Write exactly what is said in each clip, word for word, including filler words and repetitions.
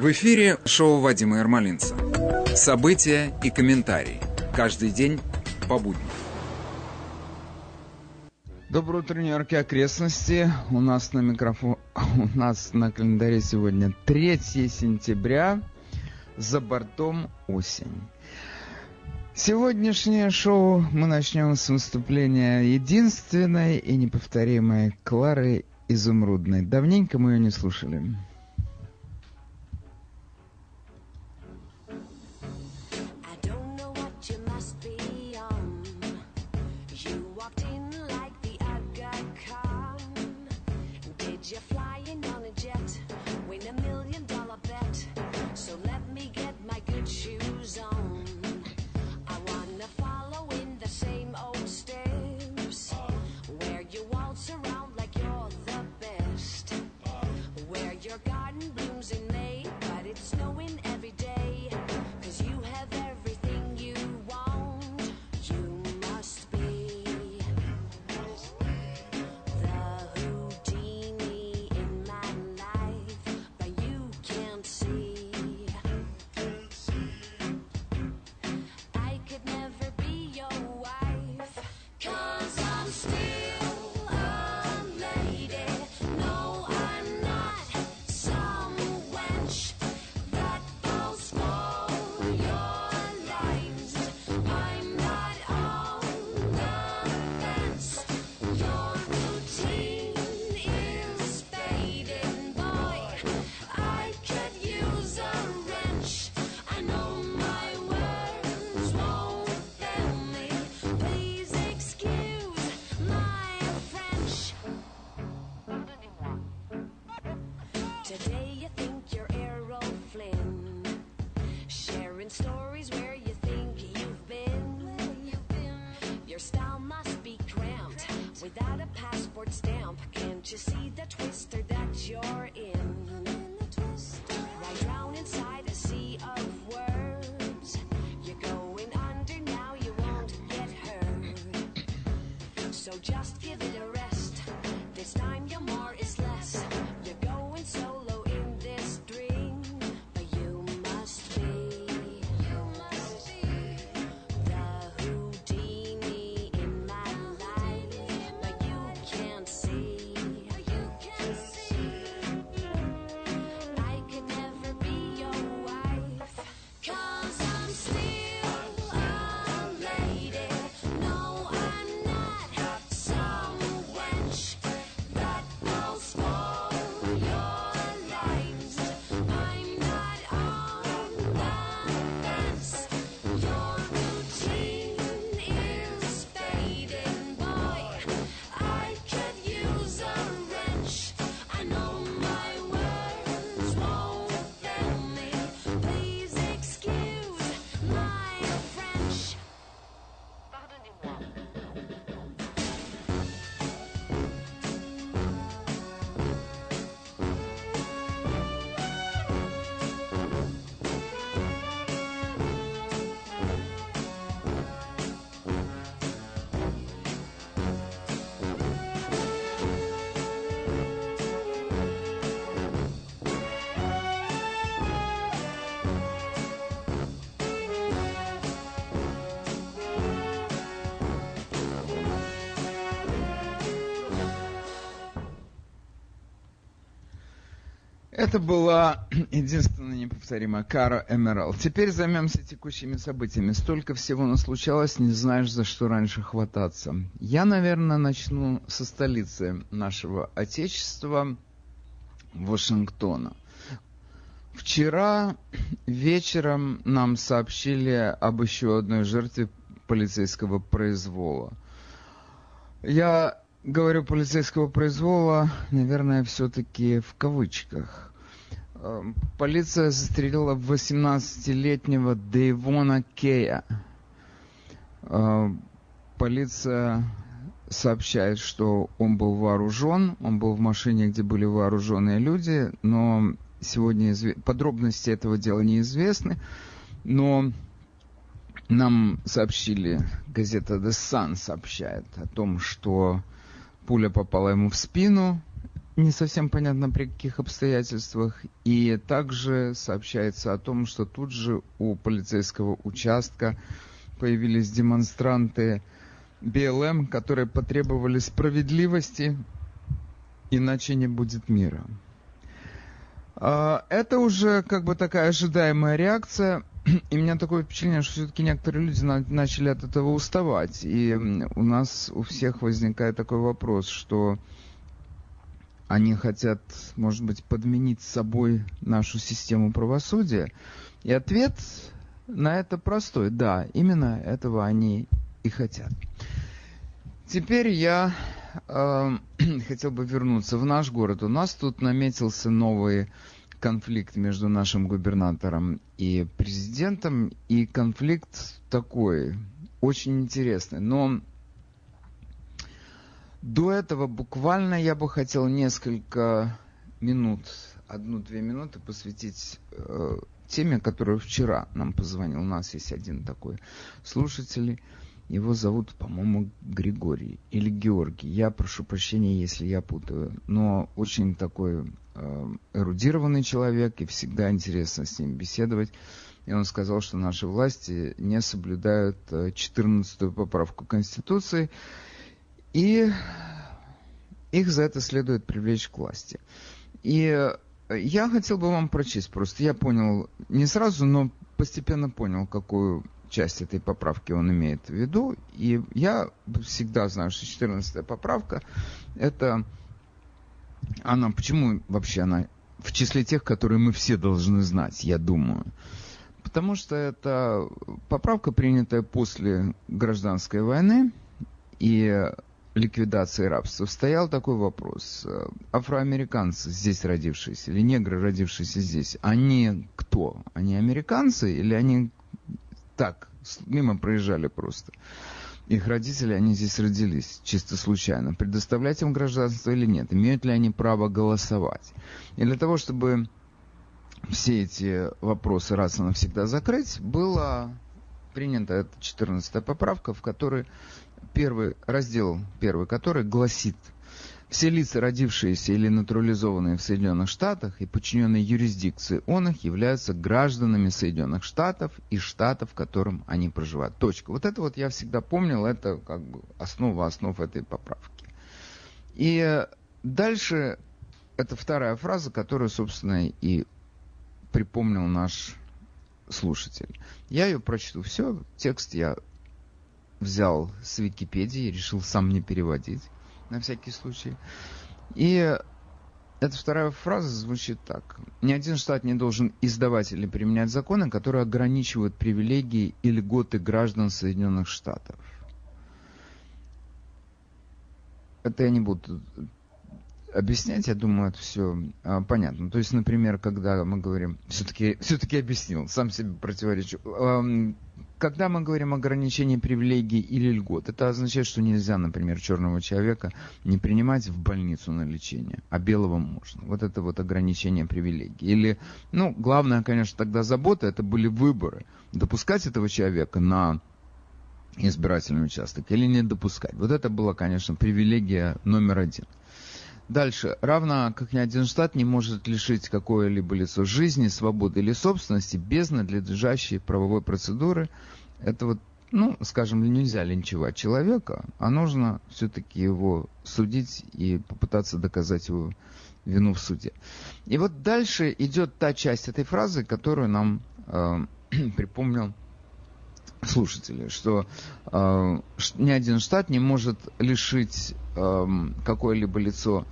В эфире шоу Вадима Ермолинца. События и комментарии. Каждый день по будням. Доброе утро, Нью-Йорк и окрестности. У нас на микрофон... У нас на календаре сегодня третьего сентября. За бортом осень. Сегодняшнее шоу мы начнем с выступления единственной и неповторимой Клары Изумрудной. Давненько мы ее не слушали. Это была единственная неповторимая Кара Эмералд. Теперь займемся текущими событиями. Столько всего наслучалось, не знаешь, за что раньше хвататься. Я, наверное, начну со столицы нашего Отечества, Вашингтона. Вчера вечером нам сообщили об еще одной жертве полицейского произвола. Я говорю полицейского произвола, наверное, все-таки в кавычках. Полиция застрелила восемнадцатилетнего Дэйвона Кея. Полиция сообщает, что он был вооружен, он был в машине, где были вооруженные люди, но сегодня изв... подробности этого дела неизвестны, но нам сообщили, газета The Sun сообщает о том, что пуля попала ему в спину, не совсем понятно при каких обстоятельствах. И также сообщается о том, что тут же у полицейского участка появились демонстранты би эл эм, которые потребовали справедливости, иначе не будет мира. Это уже как бы такая ожидаемая реакция, и у меня такое впечатление, что все-таки некоторые люди начали от этого уставать. И у нас у всех возникает такой вопрос, что они хотят, может быть, подменить собой нашу систему правосудия. И ответ на это простой. Да, именно этого они и хотят. Теперь я э, хотел бы вернуться в наш город. У нас тут наметился новый конфликт между нашим губернатором и президентом. И конфликт такой, очень интересный. Но до этого буквально я бы хотел несколько минут, одну-две минуты посвятить э, теме, которую вчера нам позвонил. У нас есть один такой слушатель. Его зовут, по-моему, Григорий или Георгий. Я прошу прощения, если я путаю. Но очень такой э, эрудированный человек, и всегда интересно с ним беседовать. И он сказал, что наши власти не соблюдают четырнадцатую поправку Конституции, и их за это следует привлечь к власти. И я хотел бы вам прочесть просто. Я понял, не сразу, но постепенно понял, какую часть этой поправки он имеет в виду. И я всегда знаю, что четырнадцатая поправка, это она, почему вообще она в числе тех, которые мы все должны знать, я думаю. Потому что это поправка, принятая после гражданской войны и ликвидации рабства. Стоял такой вопрос. Афроамериканцы, здесь родившиеся, или негры, родившиеся здесь, они кто? Они американцы или они так, мимо проезжали просто? Их родители, они здесь родились чисто случайно. Предоставлять им гражданство или нет? Имеют ли они право голосовать? И для того, чтобы все эти вопросы раз и навсегда закрыть, была принята эта четырнадцатая поправка, в которой первый раздел, первый, который гласит: все лица, родившиеся или натурализованные в Соединенных Штатах и подчиненные юрисдикции он их, являются гражданами Соединенных Штатов и штатов, в котором они проживают. Точка. Вот это вот я всегда помнил, это как бы основа основ этой поправки. И дальше это вторая фраза, которую, собственно, и припомнил наш слушатель. Я ее прочту. Все, текст я взял с Википедии, решил сам не переводить, на всякий случай. И эта вторая фраза звучит так. Ни один штат не должен издавать или применять законы, которые ограничивают привилегии и льготы граждан Соединенных Штатов. Это я не буду объяснять, я думаю, это все а, понятно. То есть, например, когда мы говорим, все-таки все-таки объяснил, сам себе противоречу. А, когда мы говорим о ограничении привилегий или льгот, это означает, что нельзя, например, черного человека не принимать в больницу на лечение, а белого можно. Вот это вот ограничение привилегий. Или, ну, главное, конечно, тогда забота, это были выборы. Допускать этого человека на избирательный участок или не допускать. Вот это была, конечно, привилегия номер один. Дальше. Равно как ни один штат не может лишить какое-либо лицо жизни, свободы или собственности без надлежащей правовой процедуры. Это вот, ну, скажем, нельзя линчевать человека, а нужно все-таки его судить и попытаться доказать его вину в суде. И вот дальше идет та часть этой фразы, которую нам э, припомнил слушатели, что э, ни один штат не может лишить э, какое-либо лицо,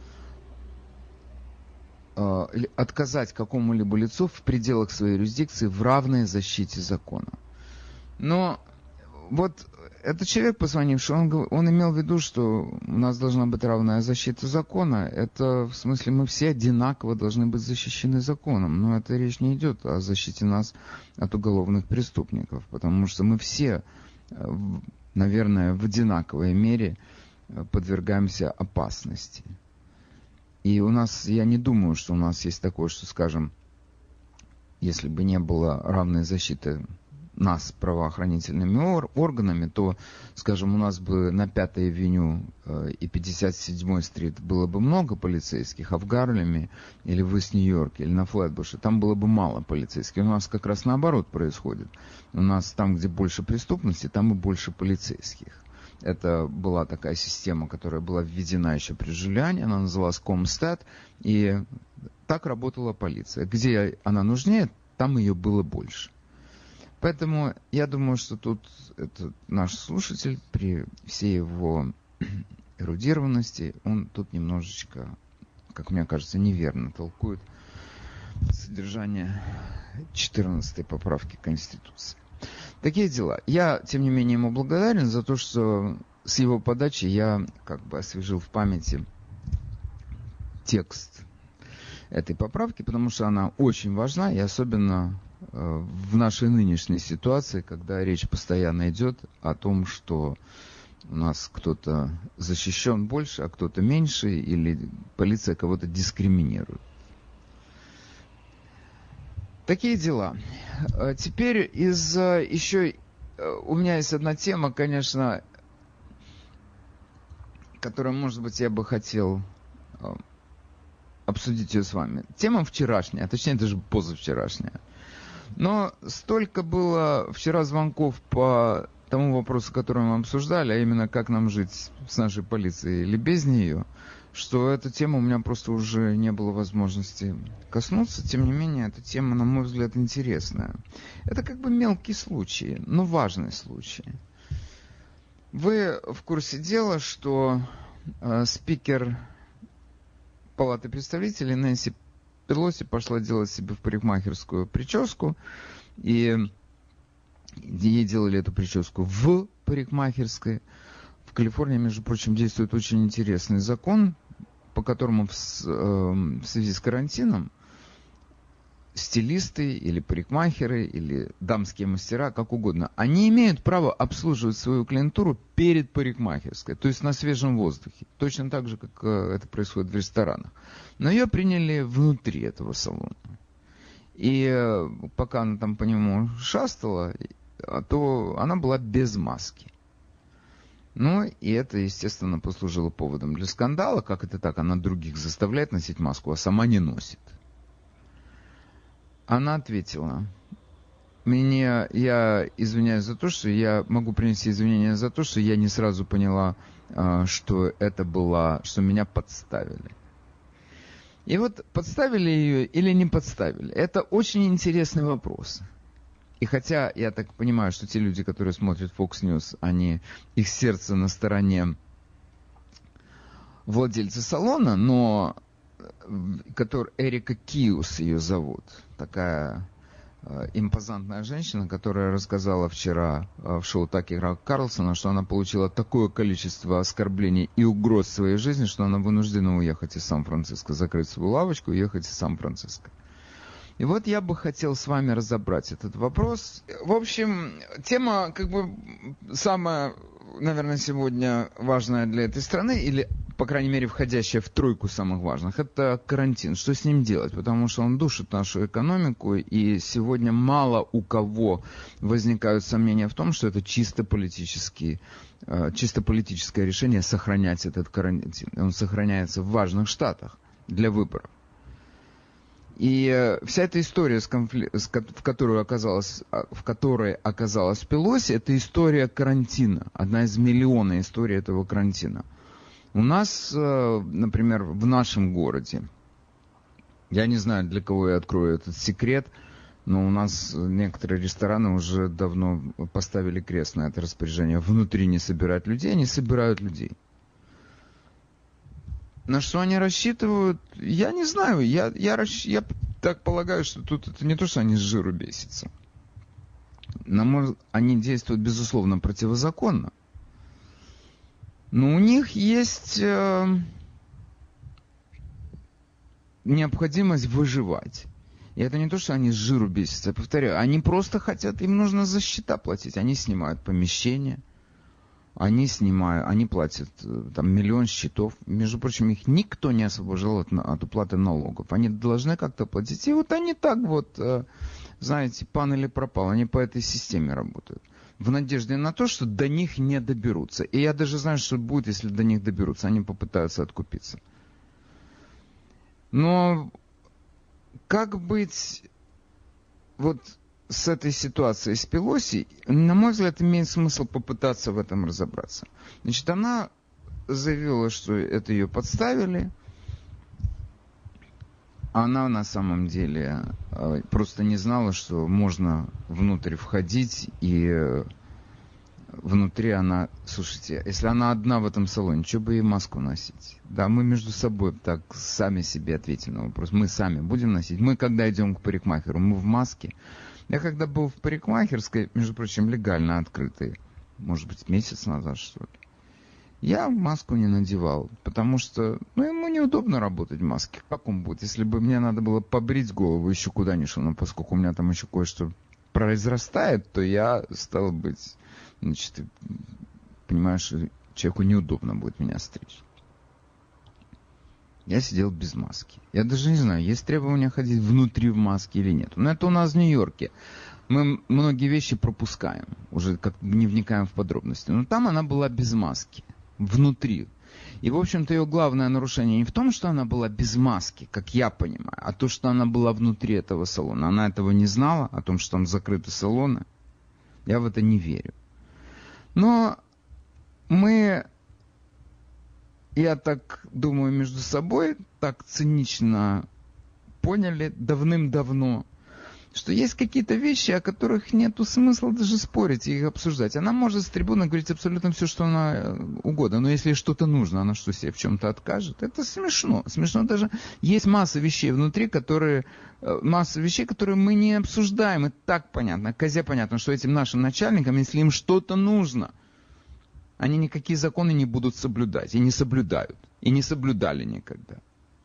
э, отказать какому-либо лицу в пределах своей юрисдикции в равной защите закона. Но вот этот человек, позвонивший, он, он имел в виду, что у нас должна быть равная защита закона. Это в смысле мы все одинаково должны быть защищены законом. Но это речь не идет о защите нас от уголовных преступников, потому что мы все, наверное, в одинаковой мере подвергаемся опасности. И у нас, я не думаю, что у нас есть такое, что, скажем, если бы не было равной защиты нас правоохранительными ор- органами, то, скажем, у нас бы на Пятой авеню э, и пятьдесят седьмой стрит было бы много полицейских, а в Гарлеме или в Ист-Нью-Йорке, или на Флетбуше там было бы мало полицейских. У нас как раз наоборот происходит. У нас там, где больше преступности, там и больше полицейских. Это была такая система, которая была введена еще при Джулиане, она называлась Комстат, и так работала полиция. Где она нужнее, там ее было больше. Поэтому я думаю, что тут этот наш слушатель, при всей его эрудированности, он тут немножечко, как мне кажется, неверно толкует содержание четырнадцатой поправки Конституции. Такие дела. Я, тем не менее, ему благодарен за то, что с его подачи я как бы освежил в памяти текст этой поправки, потому что она очень важна, и особенно в нашей нынешней ситуации, когда речь постоянно идет о том, что у нас кто-то защищен больше, а кто-то меньше, или полиция кого-то дискриминирует. Такие дела. Теперь из еще... У меня есть одна тема, конечно, которую, может быть, я бы хотел обсудить ее с вами. Тема вчерашняя, а точнее даже позавчерашняя. Но столько было вчера звонков по тому вопросу, который мы обсуждали, а именно как нам жить с нашей полицией или без нее, что эта тема у меня просто уже не было возможности коснуться. Тем не менее, эта тема, на мой взгляд, интересная. Это как бы мелкий случай, но важный случай. Вы в курсе дела, что э, спикер Палаты представителей Нэнси Пелоси пошла делать себе в парикмахерскую прическу, и ей делали эту прическу в парикмахерской. В Калифорнии, между прочим, действует очень интересный закон, по которому в, э, в связи с карантином стилисты или парикмахеры или дамские мастера, как угодно, они имеют право обслуживать свою клиентуру перед парикмахерской, то есть на свежем воздухе, точно так же, как это происходит в ресторанах. Но ее приняли внутри этого салона. И пока она там по нему шастала, то она была без маски. Ну, и это, естественно, послужило поводом для скандала. Как это так? Она других заставляет носить маску, а сама не носит. Она ответила: мне, я извиняюсь за то, что я могу принести извинения за то, что я не сразу поняла, что это была, что меня подставили. И вот подставили ее или не подставили, это очень интересный вопрос. И хотя я так понимаю, что те люди, которые смотрят Fox News, они, их сердце на стороне владельца салона, но который, Эрика Киус ее зовут, такая э, импозантная женщина, которая рассказала вчера э, в шоу Такера Карлсона, что она получила такое количество оскорблений и угроз в своей жизни, что она вынуждена уехать из Сан-Франциско, закрыть свою лавочку и уехать из Сан-Франциско. И вот я бы хотел с вами разобрать этот вопрос. В общем, тема, как бы, самая, наверное, сегодня важная для этой страны, или, по крайней мере, входящая в тройку самых важных, это карантин. Что с ним делать? Потому что он душит нашу экономику, и сегодня мало у кого возникают сомнения в том, что это чисто политический, чисто политическое решение сохранять этот карантин. Он сохраняется в важных штатах для выборов. И э, вся эта история, с конфли... с ко... в, которую оказалась... в которой оказалась Пелоси, это история карантина. Одна из миллиона историй этого карантина. У нас, э, например, в нашем городе, я не знаю, для кого я открою этот секрет, но у нас некоторые рестораны уже давно поставили крест на это распоряжение. Внутри не собирать людей, они собирают людей. На что они рассчитывают, я не знаю. Я, я, я так полагаю, что тут это не то, что они с жиру бесятся. На мой, они действуют, безусловно, противозаконно. Но у них есть э, необходимость выживать. И это не то, что они с жиру бесятся. Я повторяю, они просто хотят, им нужно за счета платить. Они снимают помещения. Они снимают, они платят там миллион счетов. Между прочим, их никто не освобождал от, от уплаты налогов. Они должны как-то платить. И вот они так вот э, знаете, пан или пропал. Они по этой системе работают. В надежде на то, что до них не доберутся. И я даже знаю, что будет, если до них доберутся. Они попытаются откупиться. Но как быть вот с этой ситуацией с Пелоси? На мой взгляд, имеет смысл попытаться в этом разобраться. Значит, она заявила, что это ее подставили. Она на самом деле просто не знала, что можно внутрь входить, и внутри она... Слушайте, если она одна в этом салоне, что бы ей маску носить? Да, мы между собой так сами себе ответим на вопрос. Мы сами будем носить. Мы, когда идем к парикмахеру, мы в маске. Я когда был в парикмахерской, между прочим, легально открытой, может быть, месяц назад, что ли, я маску не надевал, потому что, ну, ему неудобно работать в маске. Как он будет? Если бы мне надо было побрить голову, еще куда ни шло, но поскольку у меня там еще кое-что произрастает, то я, стало быть, значит, понимаешь, человеку неудобно будет меня стричь. Я сидел без маски. Я даже не знаю, есть требования ходить внутри в маске или нет. Но это у нас в Нью-Йорке. Мы многие вещи пропускаем, уже как не вникаем в подробности. Но там она была без маски. Внутри. И, в общем-то, ее главное нарушение не в том, что она была без маски, как я понимаю, а то, что она была внутри этого салона. Она этого не знала, о том, что там закрыты салоны. Я в это не верю. Но мы, я так думаю, между собой так цинично поняли давным-давно, что есть какие-то вещи, о которых нету смысла даже спорить и их обсуждать. Она может с трибуны говорить абсолютно все, что она угодно, но если что-то нужно, она что, себе в чем-то откажет? Это смешно. Смешно даже. Есть масса вещей внутри, которые, масса вещей, которые мы не обсуждаем. И так понятно, козе понятно, что этим нашим начальникам, если им что-то нужно, они никакие законы не будут соблюдать. И не соблюдают. И не соблюдали никогда.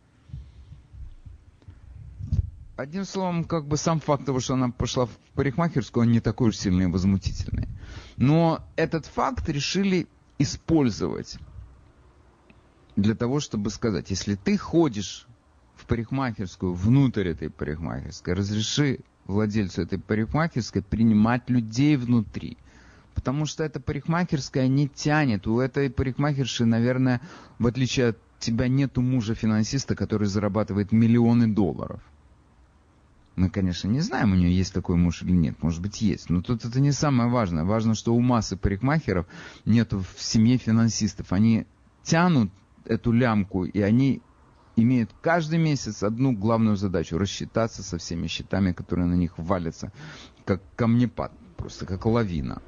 Одним словом, как бы сам факт того, что она пошла в парикмахерскую, он не такой уж сильный и возмутительный. Но этот факт решили использовать для того, чтобы сказать, если ты ходишь в парикмахерскую, внутрь этой парикмахерской, разреши владельцу этой парикмахерской принимать людей внутри. Потому что эта парикмахерская не тянет. У этой парикмахерши, наверное, в отличие от тебя, нету мужа-финансиста, который зарабатывает миллионы долларов. Мы, конечно, не знаем, у нее есть такой муж или нет. Может быть, есть. Но тут это не самое важное. Важно, что у массы парикмахеров нету в семье финансистов. Они тянут эту лямку, и они имеют каждый месяц одну главную задачу – рассчитаться со всеми счетами, которые на них валятся, как камнепад, просто как лавина.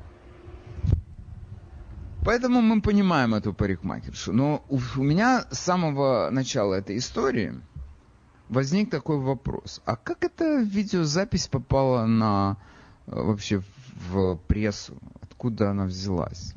Поэтому мы понимаем эту парикмахершу. Но у, у меня с самого начала этой истории возник такой вопрос. А как эта видеозапись попала на, вообще в прессу? Откуда она взялась?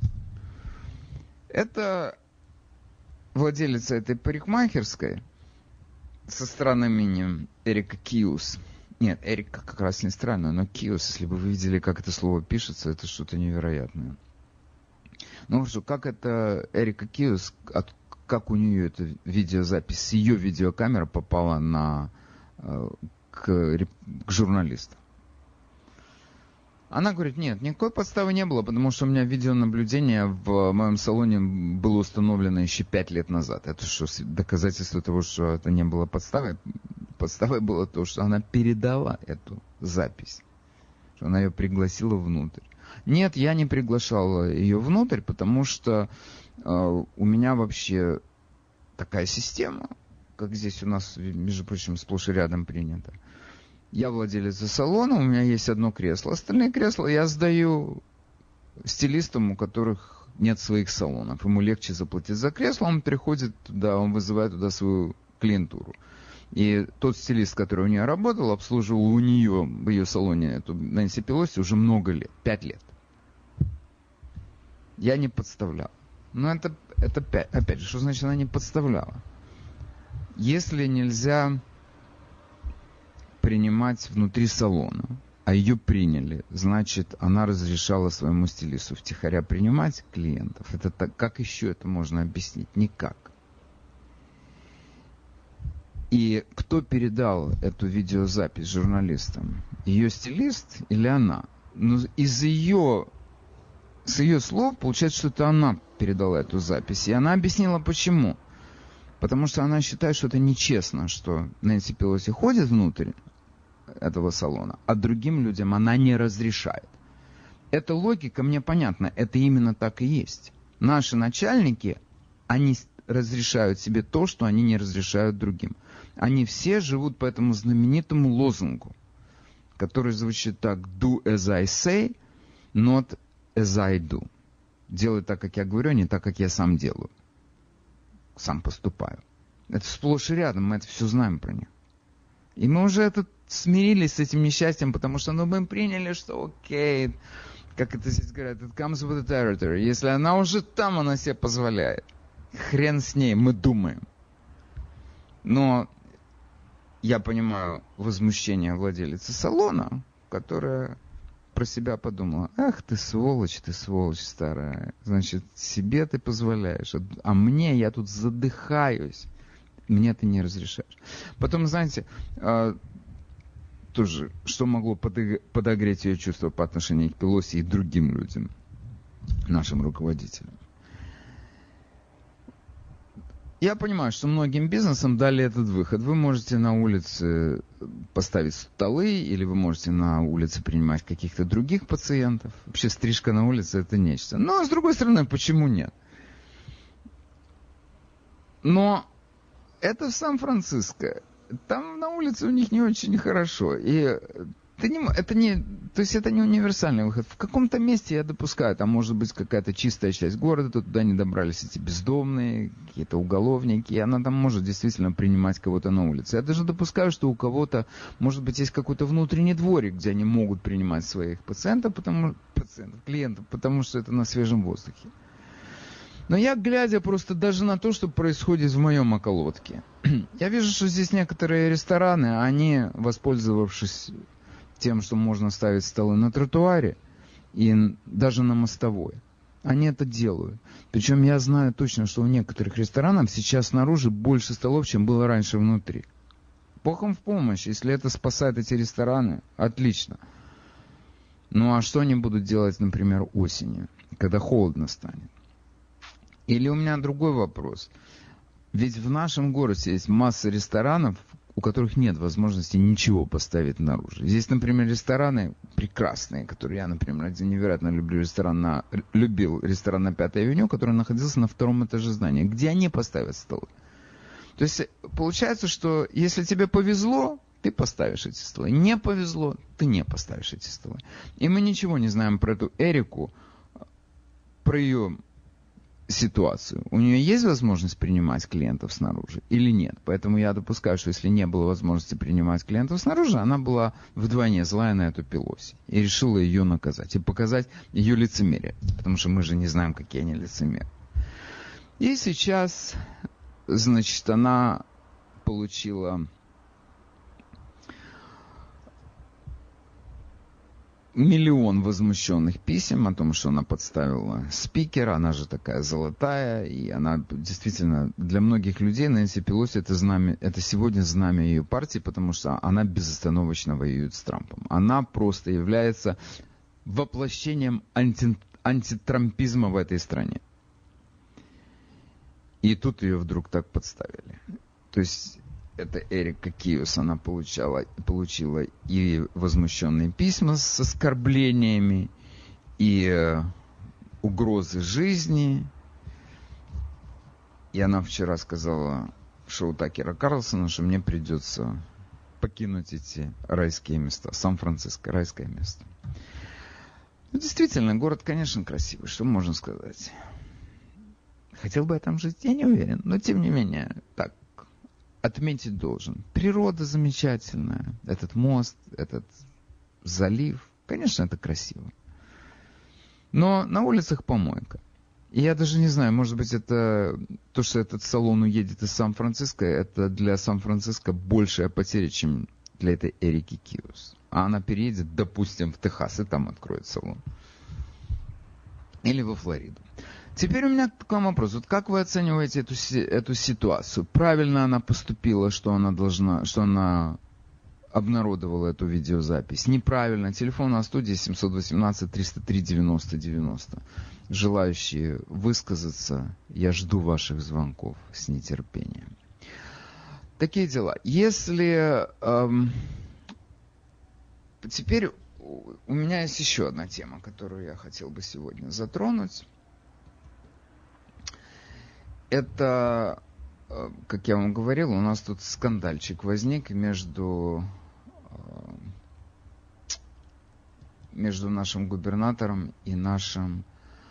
Это владелица этой парикмахерской со странным именем Эрика Киус. Нет, Эрика как раз не странная, но Киус, если бы вы видели, как это слово пишется, это что-то невероятное. Ну хорошо, как это Эрика Киус, от как у нее эта видеозапись с ее видеокамеры попала на, к, к журналисту. Она говорит, нет, никакой подставы не было, потому что у меня видеонаблюдение в моем салоне было установлено еще пять лет назад. Это что, доказательство того, что это не было подставой? Подставой было то, что она передала эту запись, что она ее пригласила внутрь. Нет, я не приглашал ее внутрь, потому что Uh, у меня вообще такая система, как здесь у нас, между прочим, сплошь и рядом принято. Я владелец салона, у меня есть одно кресло. Остальные кресла я сдаю стилистам, у которых нет своих салонов. Ему легче заплатить за кресло, он приходит туда, он вызывает туда свою клиентуру. И тот стилист, который у нее работал, обслуживал у нее в ее салоне эту Нэнси Пелоси уже много лет, пять лет. Я не подставлял. Но это, это опять же, что значит она не подставляла? Если нельзя принимать внутри салона, а ее приняли, значит, она разрешала своему стилисту втихаря принимать клиентов. Это так, как еще это можно объяснить? Никак. И кто передал эту видеозапись журналистам? Ее стилист или она? Ну, из ее, с ее слов получается, что это она передала эту запись. И она объяснила, почему. Потому что она считает, что это нечестно, что Нэнси Пелоси ходит внутрь этого салона, а другим людям она не разрешает. Эта логика мне понятна, это именно так и есть. Наши начальники, они разрешают себе то, что они не разрешают другим. Они все живут по этому знаменитому лозунгу, который звучит так: do as I say, not as I do. Делай так, как я говорю, а не так, как я сам делаю. Сам поступаю. Это сплошь и рядом, мы это все знаем про них. И мы уже это смирились с этим несчастьем, потому что ну, мы приняли, что окей, как это здесь говорят, it comes with the territory. Если она уже там, она себе позволяет. Хрен с ней, мы думаем. Но я понимаю возмущение владелицы салона, которая про себя подумала: ах ты сволочь, ты сволочь старая. Значит, себе ты позволяешь, а мне, я тут задыхаюсь. Мне ты не разрешаешь. Потом, знаете, тоже, что могло подогреть ее чувства по отношению к Пелоси и другим людям, нашим руководителям. Я понимаю, что многим бизнесам дали этот выход. Вы можете на улице поставить столы, или вы можете на улице принимать каких-то других пациентов. Вообще стрижка на улице — это нечто. Но, с другой стороны, почему нет? Но это в Сан-Франциско. Там на улице у них не очень хорошо. И это не, это не, то есть это не универсальный выход. В каком-то месте я допускаю, там может быть какая-то чистая часть города, туда не добрались эти бездомные, какие-то уголовники, и она там может действительно принимать кого-то на улице. Я даже допускаю, что у кого-то, может быть, есть какой-то внутренний дворик, где они могут принимать своих пациентов, потому, пациентов, клиентов, потому что это на свежем воздухе. Но я, глядя просто даже на то, что происходит в моем околотке, я вижу, что здесь некоторые рестораны, они, воспользовавшись тем, что можно ставить столы на тротуаре и даже на мостовой, они это делают. Причем я знаю точно, что у некоторых ресторанов сейчас снаружи больше столов, чем было раньше внутри. Бог им в помощь, если это спасает эти рестораны, отлично. Ну а что они будут делать, например, осенью, когда холодно станет? Или у меня другой вопрос. Ведь в нашем городе есть масса ресторанов, у которых нет возможности ничего поставить наружу. Здесь, например, рестораны прекрасные, которые я, например, один невероятно люблю ресторан на, любил ресторан на Пятой авеню, который находился на втором этаже здания, где они поставят столы. То есть получается, что если тебе повезло, ты поставишь эти столы. Не повезло, ты не поставишь эти столы. И мы ничего не знаем про эту Эрику, про ее ситуацию. У нее есть возможность принимать клиентов снаружи или нет? Поэтому я допускаю, что если не было возможности принимать клиентов снаружи, она была вдвойне злая на эту Пелоси и решила ее наказать и показать ее лицемерие, потому что мы же не знаем, какие они лицемеры. И сейчас, значит, она получила миллион возмущенных писем о том, что она подставила спикера, она же такая золотая, и она действительно для многих людей, Нэнси Пелоси, это знамя, это сегодня знамя ее партии, потому что она безостановочно воюет с Трампом. Она просто является воплощением анти, антитрампизма в этой стране. И тут ее вдруг так подставили. То есть это Эрика Киос, она получала, получила и возмущенные письма с оскорблениями, и э, угрозы жизни. И она вчера сказала в шоу Такера Карлсона, что мне придется покинуть эти райские места. Сан-Франциско, райское место. Ну, действительно, город, конечно, красивый, что можно сказать. Хотел бы я там жить, я не уверен, но тем не менее, так. Отметить должен. Природа замечательная. Этот мост, этот залив. Конечно, это красиво. Но на улицах помойка. И я даже не знаю, может быть, это то, что этот салон уедет из Сан-Франциско, это для Сан-Франциско большая потеря, чем для этой Эрики Киос. А она переедет, допустим, в Техас, и там откроет салон. Или во Флориду. Теперь у меня такой вопрос. Вот как вы оцениваете эту, эту ситуацию? Правильно она поступила, что она должна, что она обнародовала эту видеозапись? Неправильно. Телефон на студии семь один восемь триста три девяносто девяносто. Желающие высказаться, я жду ваших звонков с нетерпением. Такие дела. Если... Эм, теперь у меня есть еще одна тема, которую я хотел бы сегодня затронуть. Это, как я вам говорил, у нас тут скандальчик возник между, между нашим губернатором и нашим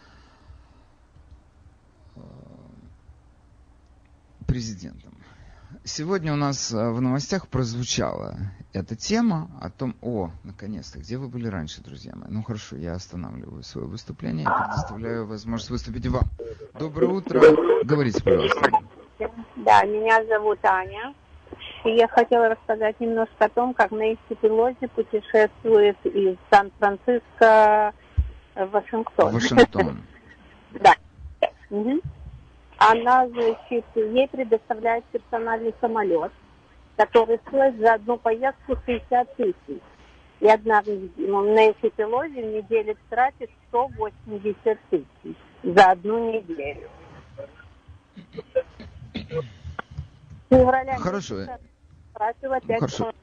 президентом. Сегодня у нас в новостях прозвучала эта тема о том... О, наконец-то, где вы были раньше, друзья мои? Ну хорошо, я останавливаю свое выступление и предоставляю возможность выступить вам. Доброе утро. Говорите, пожалуйста. Да, меня зовут Аня. И я хотела рассказать немножко о том, как Нэнси Пелоси путешествует из Сан-Франциско в Вашингтон. Вашингтон. Да. Она, значит, ей предоставляет персональный самолет, который стоит за одну поездку шестьдесят тысяч. И одна Нэнси Пелоси в неделю тратит сто восемьдесят тысяч за одну неделю. Февраля Хорошо. Хорошо.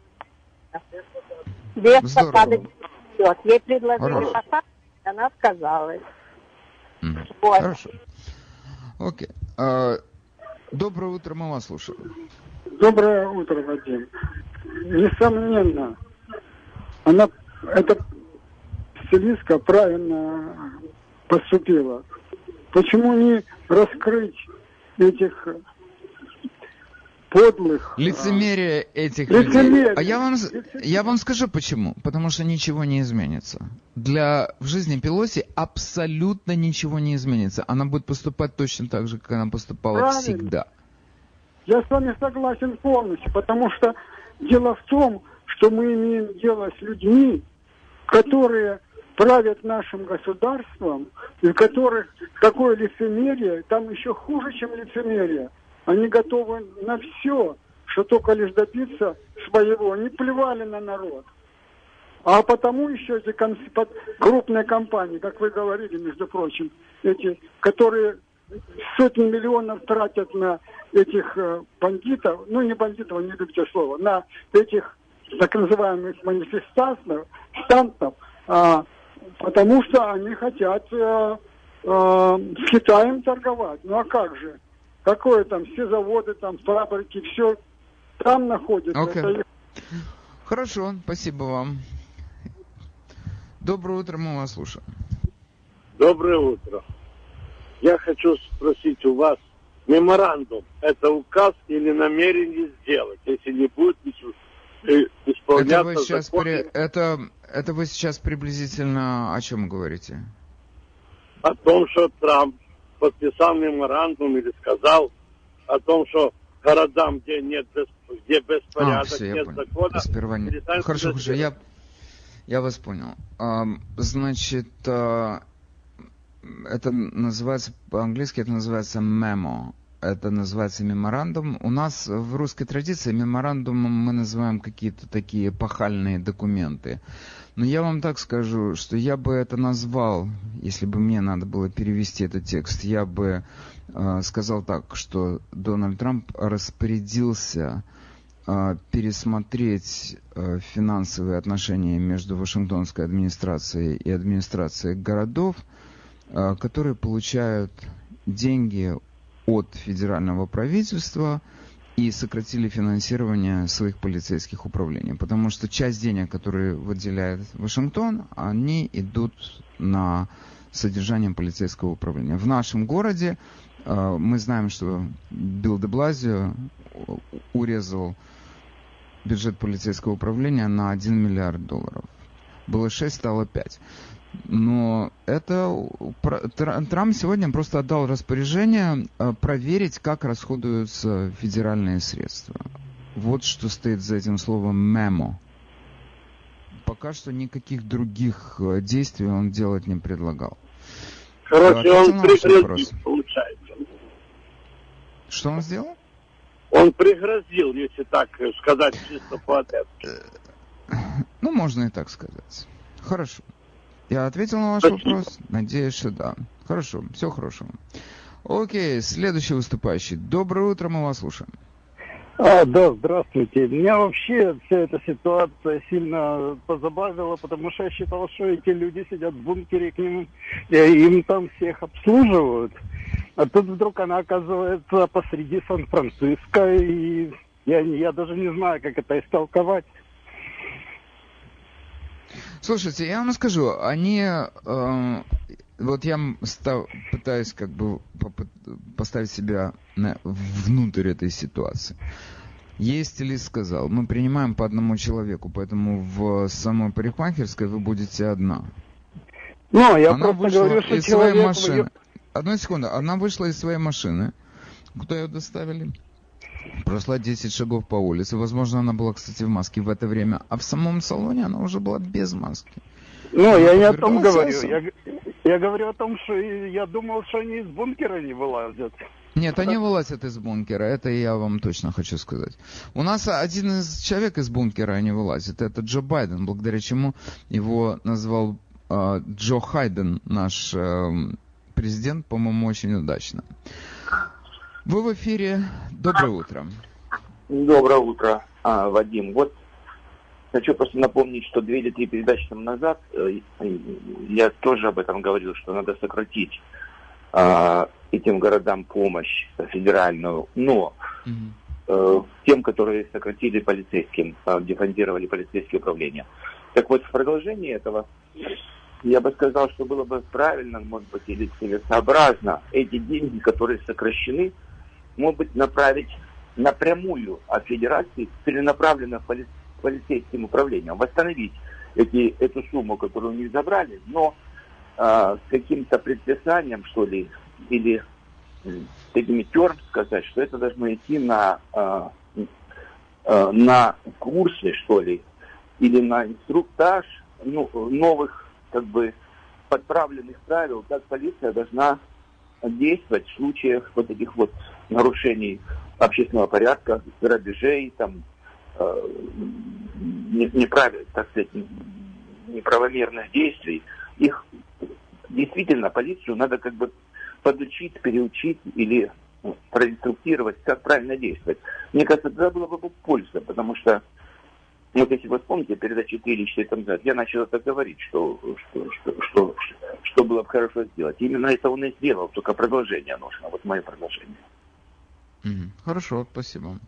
Без посадок. Ей предложили посадку, она отказалась. Mm. Вот. Хорошо. Окей. А, доброе утро, мы вас слушаем. Доброе утро, Вадим. Несомненно, она, эта стилистка правильно поступила. Почему не раскрыть этих подлых... Лицемерие этих лицемерие. людей. А я вам, я вам скажу почему. Потому что ничего не изменится. Для в жизни Пелоси абсолютно ничего не изменится. Она будет поступать точно так же, как она поступала Правильно. всегда. Я с вами согласен полностью, потому что дело в том, что мы имеем дело с людьми, которые правят нашим государством, и у которых такое лицемерие, там еще хуже, чем лицемерие. Они готовы на все, что только лишь добиться своего. Они плевали на народ. А потому еще эти крупные компании, как вы говорили, между прочим, эти, которые сотни миллионов тратят на этих э, бандитов, ну не бандитов, не любите слово, на этих так называемых манифестантов, стантов, а, потому что они хотят э, э, с Китаем торговать. Ну а как же? Какое там, все заводы, там, фабрики, все там находится. Okay. Это... Хорошо, спасибо вам. Доброе утро, мы вас слушаем. Доброе утро. Я хочу спросить у вас, меморандум – это указ или намерение сделать, если не будет исполняться это вы сейчас закон? При... Это, это вы сейчас приблизительно о чем говорите? О том, что Трамп подписал меморандум или сказал о том, что городам, где нет где беспорядок, а, все, нет закона... Сперва не... Хорошо, хорошо, я, я вас понял. А, значит, а, это называется, по-английски это называется memo. Это называется меморандум. У нас в русской традиции меморандумом мы называем какие-то такие эпохальные документы. Но я вам так скажу, что я бы это назвал, если бы мне надо было перевести этот текст, я бы э, сказал так, что Дональд Трамп распорядился э, пересмотреть э, финансовые отношения между Вашингтонской администрацией и администрацией городов, э, которые получают деньги от федерального правительства и сократили финансирование своих полицейских управлений. Потому что часть денег, которые выделяет Вашингтон, они идут на содержание полицейского управления. В нашем городе э, мы знаем, что Билл де Блазио урезал бюджет полицейского управления на один миллиард долларов. Было шесть, стало пять. Но это Трамп сегодня просто отдал распоряжение проверить, как расходуются федеральные средства. Вот что стоит за этим словом memo. Пока что никаких других действий он делать не предлагал. Короче, он пригрозил, получается. Что он сделал? Он пригрозил, если так сказать, чисто по-ответски. Ну, можно и так сказать. Хорошо. Я ответил на ваш Спасибо. вопрос? Надеюсь, что да. Хорошо, все хорошо. Окей, следующий выступающий. Доброе утро, мы вас слушаем. А, да, здравствуйте. Меня вообще вся эта ситуация сильно позабавила, потому что я считал, что эти люди сидят в бункере, к ним, и им там всех обслуживают. А тут вдруг она оказывается посреди Сан-Франциско, и я, я даже не знаю, как это истолковать. Слушайте, я вам скажу, они... Э, вот я став, пытаюсь как бы поставить себя на, внутрь этой ситуации. Ей стилист сказал, мы принимаем по одному человеку, поэтому в самой парикмахерской вы будете одна. Ну, я она просто говорю, что из человек... своей машины. Одну секунду. Она вышла из своей машины, куда ее доставили. Прошла десять шагов по улице. Возможно, она была, кстати, в маске в это время. А в самом салоне она уже была без маски. Ну, она я не о том говорю. сам. Я, я говорю о том, что я думал, что они из бункера не вылазят. Нет, они вылазят из бункера. Это я вам точно хочу сказать. У нас один из человек из бункера не вылазит. Это Джо Байден, благодаря чему его назвал э, Джо Хайден, наш э, президент, по-моему, очень удачно. Вы в эфире. Доброе утро. Доброе утро, а, Вадим. Вот хочу просто напомнить, что две или три передачи там назад э, я тоже об этом говорил, что надо сократить э, этим городам помощь федеральную, но э, тем, которые сократили полицейским, э, дефондировали полицейские управления. Так вот, в продолжении этого я бы сказал, что было бы правильно, может быть, или целесообразно эти деньги, которые сокращены, может быть, направить напрямую от федерации целенаправленно поли- полицейским управлением, восстановить эти, эту сумму, которую у них забрали, но э, с каким-то предписанием, что ли, или с такими терм сказать, что это должно идти на, э, э, на курсы, что ли, или на инструктаж ну, новых, как бы, подправленных правил, как полиция должна действовать в случаях вот этих вот нарушений общественного порядка, грабежей, там, э, неправильных, так сказать, неправомерных действий. Их действительно полицию надо как бы подучить, переучить или ну, проинструктировать, как правильно действовать. Мне кажется, тогда было бы польза, потому что вот если вы вспомните, передачи три или четыре там назад, я начал это говорить, что, что, что, что, что было бы хорошо сделать. Именно это он и сделал, только продолжение нужно. Вот мое продолжение. Mm-hmm. Хорошо, спасибо.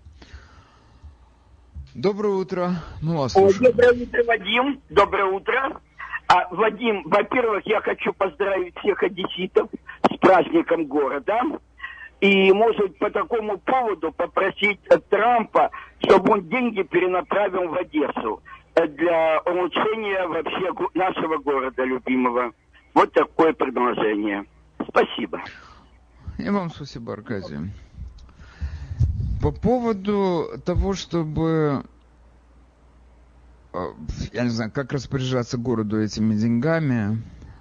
Доброе утро. Мы вас слушаем. Доброе утро, Вадим. Доброе утро. А, Вадим, во-первых, я хочу поздравить всех одесситов с праздником города. И, может, по такому поводу попросить Трампа, чтобы он деньги перенаправил в Одессу для улучшения вообще нашего города любимого. Вот такое предложение. Спасибо. И вам спасибо, Аркадий. По поводу того, чтобы, я не знаю, как распоряжаться городу этими деньгами,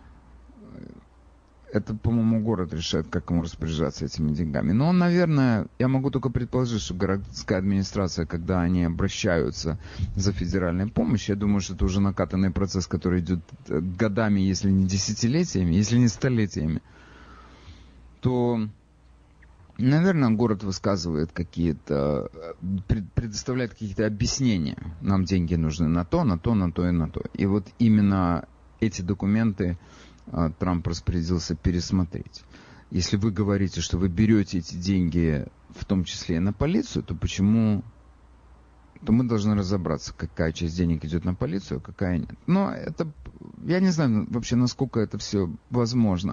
это, по-моему, город решает, как ему распоряжаться этими деньгами. Но, наверное, я могу только предположить, что городская администрация, когда они обращаются за федеральной помощью, я думаю, что это уже накатанный процесс, который идет годами, если не десятилетиями, если не столетиями, то, наверное, город высказывает какие-то, предоставляет какие-то объяснения. Нам деньги нужны на то, на то, на то и на то. И вот именно эти документы Трамп распорядился пересмотреть. Если вы говорите, что вы берете эти деньги, в том числе и на полицию, то почему... То мы должны разобраться, какая часть денег идет на полицию, а какая нет. Но это... Я не знаю вообще, насколько это все возможно.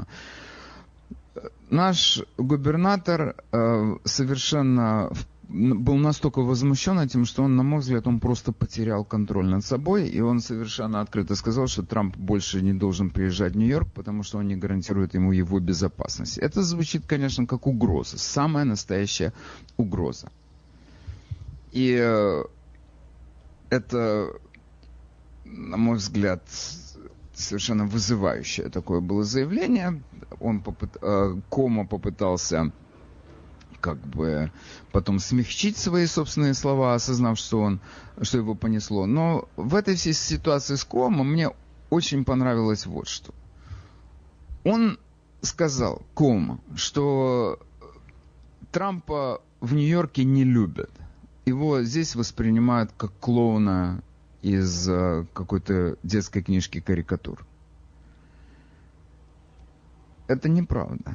Наш губернатор э, совершенно... был настолько возмущен этим, что он, на мой взгляд, он просто потерял контроль над собой, и он совершенно открыто сказал, что Трамп больше не должен приезжать в Нью-Йорк, потому что он не гарантирует ему его безопасность. Это звучит, конечно, как угроза, самая настоящая угроза. И э, это, на мой взгляд, совершенно вызывающее такое было заявление. Он попыт... Комо попытался как бы потом смягчить свои собственные слова, осознав, что он, что его понесло. Но в этой всей ситуации с Комо мне очень понравилось вот что. Он сказал, Комо, что Трампа в Нью-Йорке не любят. Его здесь воспринимают как клоуна из какой-то детской книжки карикатур. Это неправда.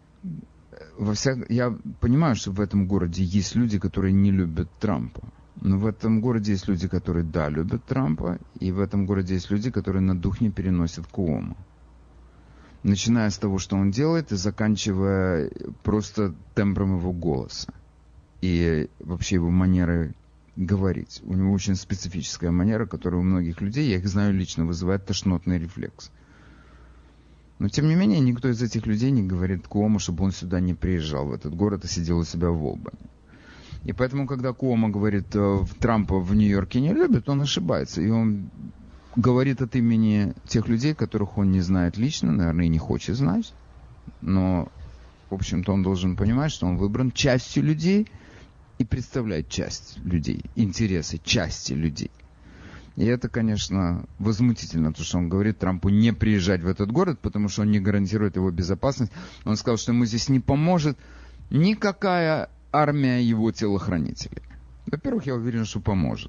Во всяк... Я понимаю, что в этом городе есть люди, которые не любят Трампа. Но в этом городе есть люди, которые, да, любят Трампа. И в этом городе есть люди, которые на дух не переносят Куомо. Начиная с того, что он делает, и заканчивая просто тембром его голоса. И вообще его манерой говорить. У него очень специфическая манера, которая у многих людей, я их знаю лично, вызывает тошнотный рефлекс. Но, тем не менее, никто из этих людей не говорит Куомо, чтобы он сюда не приезжал, в этот город, и сидел у себя в Олбани. И поэтому, когда Куомо говорит, Трампа в Нью-Йорке не любят, он ошибается. И он говорит от имени тех людей, которых он не знает лично, наверное, и не хочет знать. Но, в общем-то, он должен понимать, что он выбран частью людей и представляет часть людей, интересы части людей. И это, конечно, возмутительно, то, что он говорит Трампу не приезжать в этот город, потому что он не гарантирует его безопасность. Он сказал, что ему здесь не поможет никакая армия его телохранителей. Во-первых, я уверен, что поможет.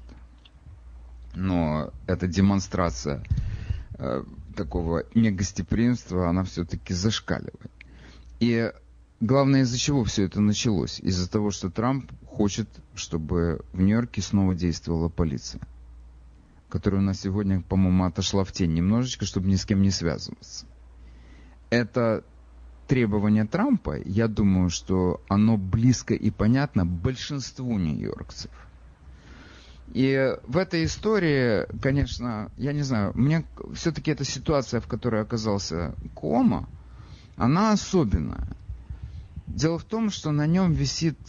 Но эта демонстрация э, такого негостеприимства, она все-таки зашкаливает. И главное, из-за чего все это началось? Из-за того, что Трамп хочет, чтобы в Нью-Йорке снова действовала полиция, которая у нас сегодня, по-моему, отошла в тень немножечко, чтобы ни с кем не связываться. Это требование Трампа, я думаю, что оно близко и понятно большинству нью-йоркцев. И в этой истории, конечно, я не знаю, мне все-таки эта ситуация, в которой оказался Куомо, она особенная. Дело в том, что на нем висит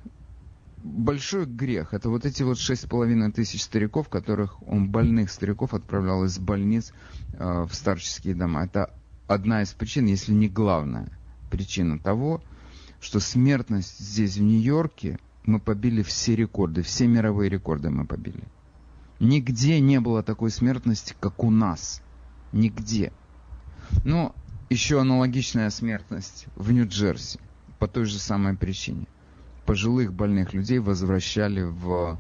большой грех. Это вот эти вот шесть с половиной тысяч стариков, которых он, больных стариков, отправлял из больниц э, в старческие дома. Это одна из причин, если не главная причина того, что смертность здесь, в Нью-Йорке, мы побили все рекорды, все мировые рекорды мы побили. Нигде не было такой смертности, как у нас. Нигде. Но еще аналогичная смертность в Нью-Джерси. По той же самой причине. Пожилых больных людей возвращали в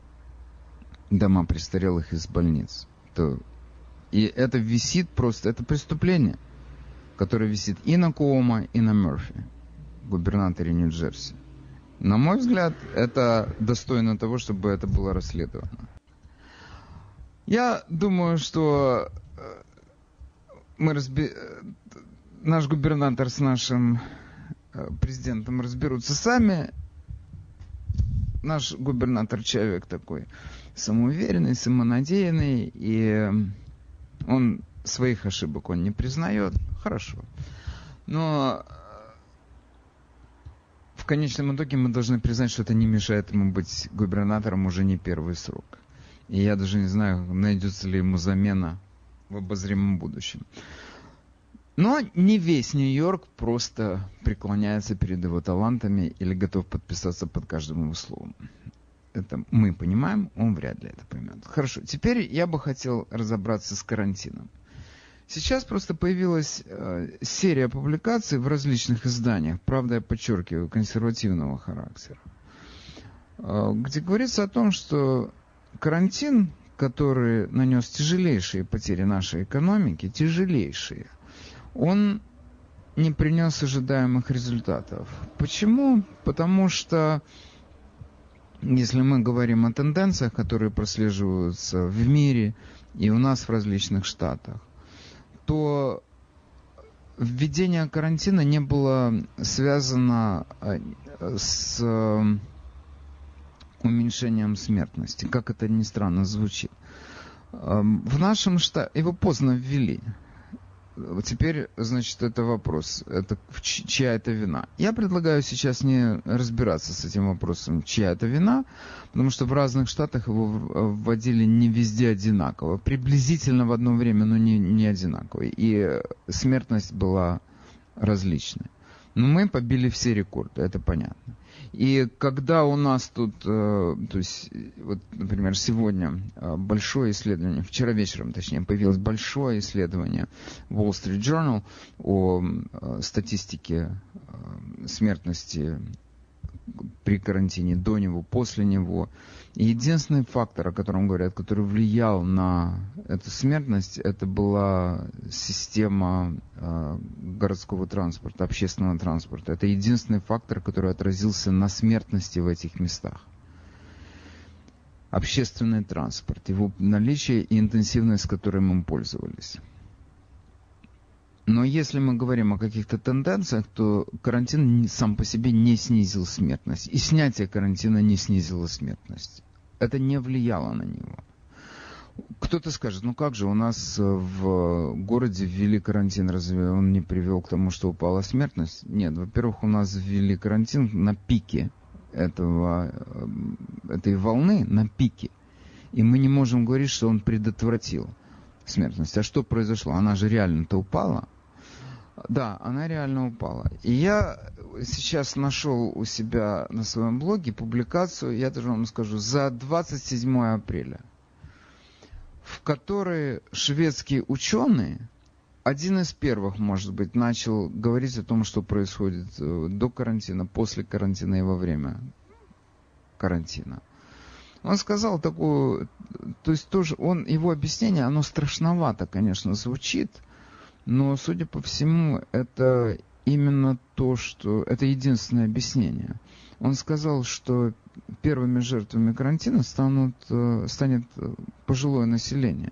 дома престарелых из больниц. То... И это висит просто, это преступление, которое висит и на Куомо, и на Мерфи, губернаторе Нью-Джерси. На мой взгляд, это достойно того, чтобы это было расследовано. Я думаю, что мы разби... наш губернатор с нашим президентом разберутся сами. Наш губернатор человек такой самоуверенный, самонадеянный, и он своих ошибок он не признает. Хорошо. Но в конечном итоге мы должны признать, что это не мешает ему быть губернатором уже не первый срок. И я даже не знаю, найдется ли ему замена в обозримом будущем. Но не весь Нью-Йорк просто преклоняется перед его талантами или готов подписаться под каждым его словом. Это мы понимаем, он вряд ли это поймет. Хорошо, теперь я бы хотел разобраться с карантином. Сейчас просто появилась э, серия публикаций в различных изданиях, правда, я подчеркиваю, консервативного характера, э, где говорится о том, что карантин, который нанес тяжелейшие потери нашей экономике, тяжелейшие, он не принес ожидаемых результатов. Почему? Потому что, если мы говорим о тенденциях, которые прослеживаются в мире и у нас в различных штатах, то введение карантина не было связано с уменьшением смертности, как это ни странно звучит. В нашем штате его поздно ввели. теперь, значит, это вопрос, это чья это вина. Я предлагаю сейчас не разбираться с этим вопросом, чья это вина, потому что в разных штатах его вводили не везде одинаково, приблизительно в одно время, но не, не одинаково, и смертность была различной. Но мы побили все рекорды, это понятно. И когда у нас тут, э, то есть, вот, например, сегодня э, большое исследование, вчера вечером, точнее, появилось большое исследование в Wall Street Journal о э, статистике э, смертности при карантине, до него, после него. И единственный фактор, о котором говорят, который влиял на эту смертность, это была система э, городского транспорта, общественного транспорта. Это единственный фактор, который отразился на смертности в этих местах. Общественный транспорт, его наличие и интенсивность, с которой мы пользовались. Но если мы говорим о каких-то тенденциях, то карантин сам по себе не снизил смертность. И снятие карантина не снизило смертность. Это не влияло на него. Кто-то скажет, ну как же, у нас в городе ввели карантин, разве он не привел к тому, что упала смертность? Нет, во-первых, у нас ввели карантин на пике этого, этой волны, на пике. И мы не можем говорить, что он предотвратил смертность. А что произошло? Она же реально-то упала. Да, она реально упала. И я сейчас нашел у себя на своем блоге публикацию, я даже вам скажу, за двадцать седьмое апреля, в которой шведские ученые, один из первых, может быть, начал говорить о том, что происходит до карантина, после карантина и во время карантина. Он сказал такую, то есть тоже он, его объяснение, оно страшновато, конечно, звучит, но, судя по всему, это именно то, что... Это единственное объяснение. Он сказал, что первыми жертвами карантина станут, станет пожилое население.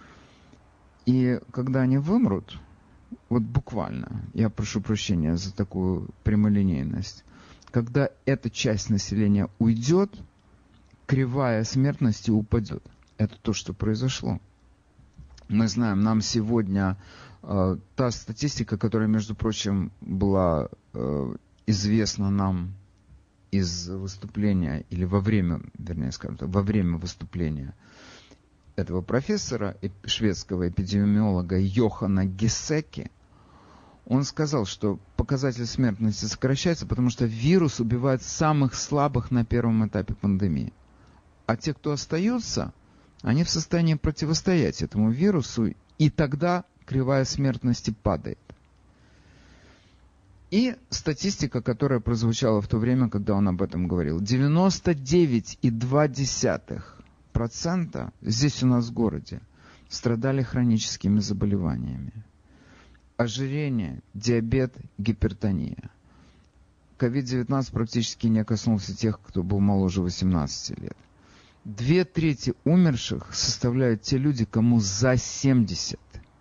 И когда они вымрут, вот буквально, я прошу прощения за такую прямолинейность, когда эта часть населения уйдет, кривая смертности упадет. Это то, что произошло. Мы знаем, нам сегодня э, та статистика, которая, между прочим, была э, известна нам из выступления, или во время, вернее, скажем так, во время выступления этого профессора, шведского эпидемиолога Йохана Гисеки, он сказал, что показатель смертности сокращается, потому что вирус убивает самых слабых на первом этапе пандемии. А те, кто остаются, они в состоянии противостоять этому вирусу, и тогда кривая смертности падает. И статистика, которая прозвучала в то время, когда он об этом говорил. девяносто девять целых две десятых процента здесь у нас в городе страдали хроническими заболеваниями. Ожирение, диабет, гипертония. ковид девятнадцать практически не коснулся тех, кто был моложе восемнадцати лет. Две трети умерших составляют те люди, кому за семьдесят.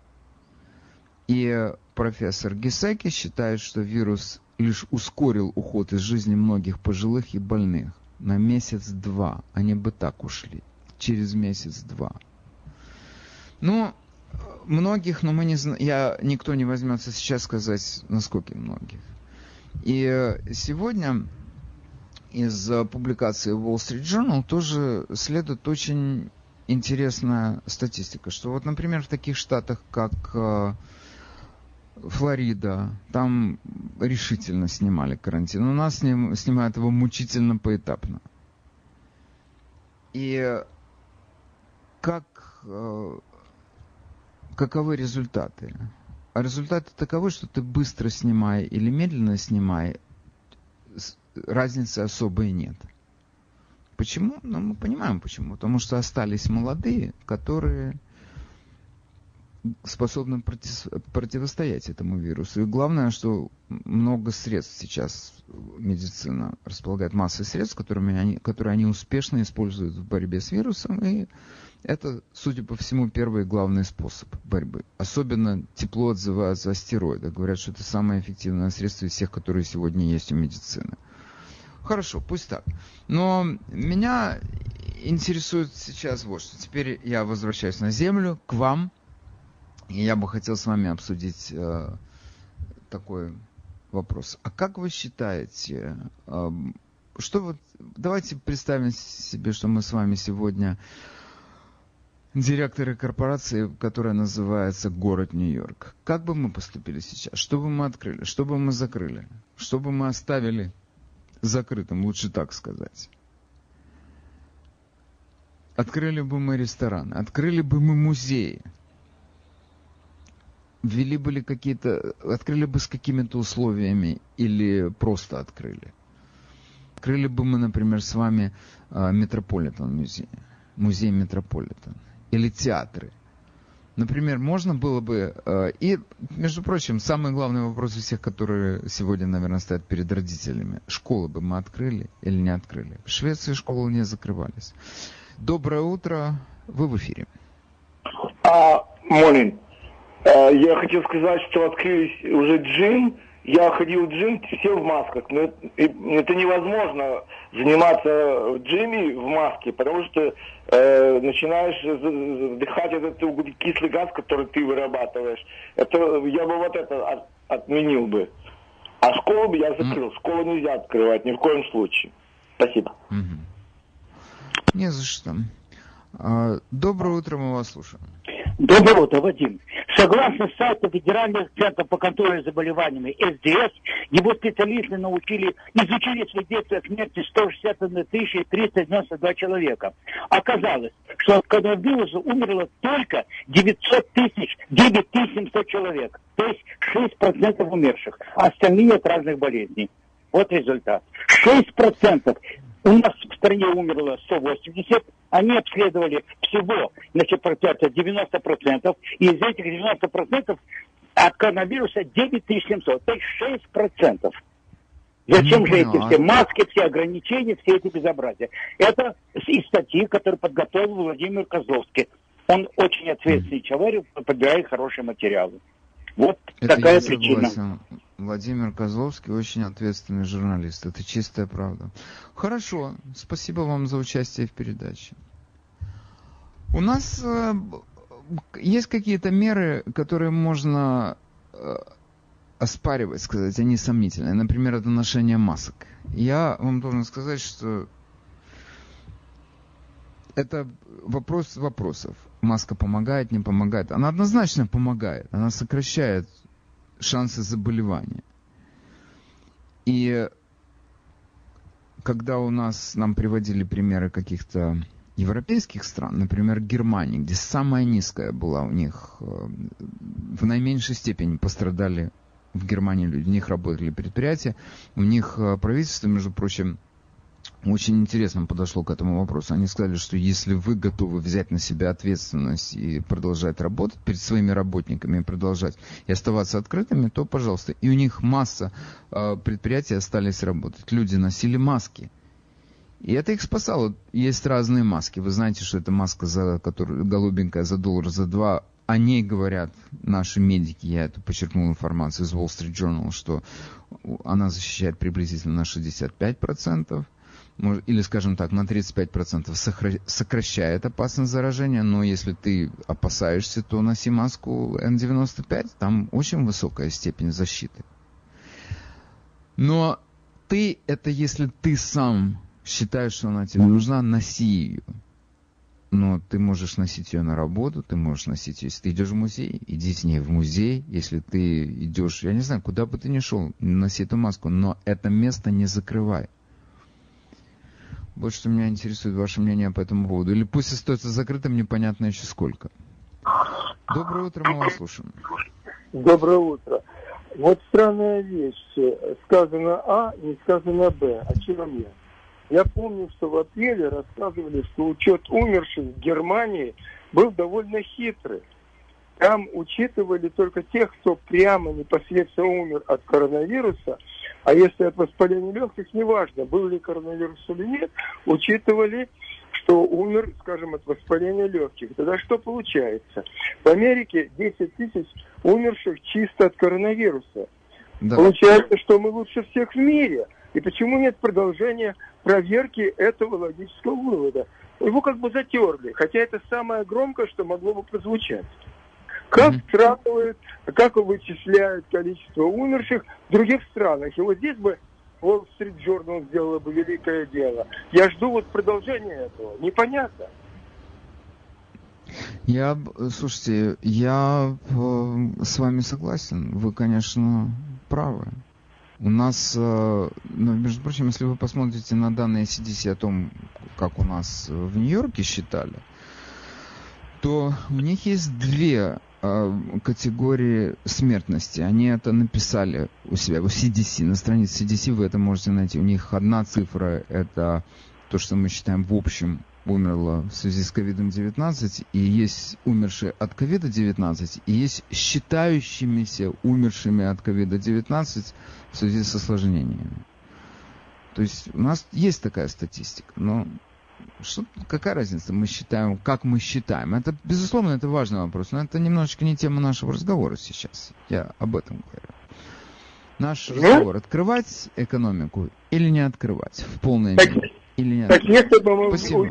И профессор Гисеки считает, что вирус лишь ускорил уход из жизни многих пожилых и больных на месяц-два. Они бы так ушли. Через месяц-два. Ну, многих, но мы не знаем, я, никто не возьмется сейчас сказать, насколько многих. И сегодня из публикации Wall Street Journal тоже следует очень интересная статистика, что вот, например, в таких штатах, как Флорида, там решительно снимали карантин. У нас сним, снимают его мучительно поэтапно. И как, каковы результаты? А результаты таковы, что ты быстро снимай или медленно снимай, разницы особой нет. Почему? Ну, мы понимаем почему. Потому что остались молодые, которые способны против, противостоять этому вирусу. И главное, что много средств сейчас медицина располагает, массой средств, которыми они, которые они успешно используют в борьбе с вирусом. И это, судя по всему, первый и главный способ борьбы. Особенно тепло отзываются о стероидах. Говорят, что это самое эффективное средство из всех, которые сегодня есть у медицины. Хорошо, пусть так. Но меня интересует сейчас вот что. Теперь я возвращаюсь на землю, к вам. И я бы хотел с вами обсудить э, такой вопрос. А как вы считаете, э, что вот, давайте представим себе, что мы с вами сегодня директоры корпорации, которая называется «Город Нью-Йорк». Как бы мы поступили сейчас? Что бы мы открыли? Что бы мы закрыли? Что бы мы оставили закрытым, лучше так сказать? Открыли бы мы рестораны, открыли бы мы музеи, ввели бы ли какие-то, открыли бы с какими-то условиями или просто открыли? Открыли бы мы, например, с вами Метрополитен музей, музей Метрополитен. Или театры. Например, можно было бы... Э, и, между прочим, самый главный вопрос из всех, которые сегодня, наверное, стоят перед родителями. Школы бы мы открыли или не открыли? В Швеции школы не закрывались. Доброе утро. Вы в эфире. Uh, morning. Uh, я хотел сказать, что открылись уже джим. Я ходил в джим, все в масках. Но это, это невозможно заниматься в джиме в маске, потому что э, начинаешь вдыхать этот углекислый газ, который ты вырабатываешь. Это я бы вот это от, отменил бы. А школу бы я закрыл. Mm. Школу нельзя открывать ни в коем случае. Спасибо. Mm-hmm. Не за что. А, доброе утро, мы вас слушаем. Доброе утро, Вадим. Согласно сайту Федерального центра по контролю заболеваниями эс ди эс, его специалисты научили, изучили свидетельства смерти сто шестьдесят одна тысяча триста девяносто два человека. Оказалось, что от коронавируса умерло только девятьсот тысяч, девять тысяч семьсот человек. То есть шесть процентов умерших, а остальные от разных болезней. Вот результат. шесть процентов. У нас в стране умерло сто восемьдесят, они обследовали всего, значит, девяносто процентов, и из этих девяноста процентов от коронавируса девять тысяч семьсот, то есть шесть процентов. Зачем Не же эти понял. все маски, все ограничения, все эти безобразия? Это из статьи, которую подготовил Владимир Козловский. Он очень ответственный человек, подбирает хорошие материалы. Вот Это такая я причина. согласен. Владимир Козловский очень ответственный журналист. Это чистая правда. Хорошо. Спасибо вам за участие в передаче. У нас э, есть какие-то меры, которые можно э, оспаривать, сказать, они сомнительные. Например, это ношение масок. Я вам должен сказать, что это вопрос вопросов. Маска помогает, не помогает. Она однозначно помогает. Она сокращает шансы заболевания. И когда у нас, нам приводили примеры каких-то европейских стран, например, Германии, где самая низкая была у них, в наименьшей степени пострадали в Германии люди, у них работали предприятия, у них правительство, между прочим, очень интересно подошло к этому вопросу. Они сказали, что если вы готовы взять на себя ответственность и продолжать работать перед своими работниками, и продолжать и оставаться открытыми, то пожалуйста. И у них масса э, предприятий остались работать. Люди носили маски. И это их спасало. Есть разные маски. Вы знаете, что это маска, за которую, голубенькая, за доллар, за два. О ней говорят наши медики. Я это подчеркнул информацию из Wall Street Journal, что она защищает приблизительно на шестьдесят пять процентов. Или, скажем так, на тридцать пять процентов сокращает опасность заражения, но если ты опасаешься, то носи маску эн девяносто пять, там очень высокая степень защиты. Но ты, это если ты сам считаешь, что она тебе нужна, носи ее. Но ты можешь носить ее на работу, ты можешь носить ее, если ты идешь в музей, иди с ней в музей, если ты идешь, я не знаю, куда бы ты ни шел, носи эту маску, но это место не закрывай. Вот что меня интересует ваше мнение по этому поводу. Или пусть остается закрытым, непонятно еще сколько. Доброе утро, мы вас слушаем. Доброе утро. Вот странная вещь. Сказано А, не сказано Б. О чем я? Я помню, что в апреле рассказывали, что учет умерших в Германии был довольно хитрый. Там учитывали только тех, кто прямо непосредственно умер от коронавируса, а если от воспаления легких, неважно, был ли коронавирус или нет, учитывали, что умер, скажем, от воспаления легких. Тогда что получается? В Америке десять тысяч умерших чисто от коронавируса. Да. Получается, что мы лучше всех в мире. И почему нет продолжения проверки этого логического вывода? Его как бы затерли, хотя это самое громкое, что могло бы прозвучать. Как Мгм. сравнивают, как вычисляют количество умерших в других странах. И вот здесь бы Wall Street Journal сделала бы великое дело. Я жду вот продолжения этого. Непонятно. Я, б- слушайте, я э, с вами согласен. Вы, конечно, правы. У нас, э, ну, между прочим, если вы посмотрите на данные си ди си о том, как у нас в Нью-Йорке считали, то у них есть две э, категории смертности. Они это написали у себя в си ди си. На странице си ди си вы это можете найти. У них одна цифра – это то, что мы считаем в общем умерло в связи с ковид девятнадцать, и есть умершие от ковид девятнадцать, и есть считающимися умершими от ковид девятнадцать в связи с осложнениями. То есть у нас есть такая статистика, но что, какая разница, мы считаем, как мы считаем? Это, безусловно, это важный вопрос, но это немножечко не тема нашего разговора сейчас. Я об этом говорю. Наш разговор: открывать экономику или не открывать в полной мере? Или нет? Так, если бы мы... Спасибо.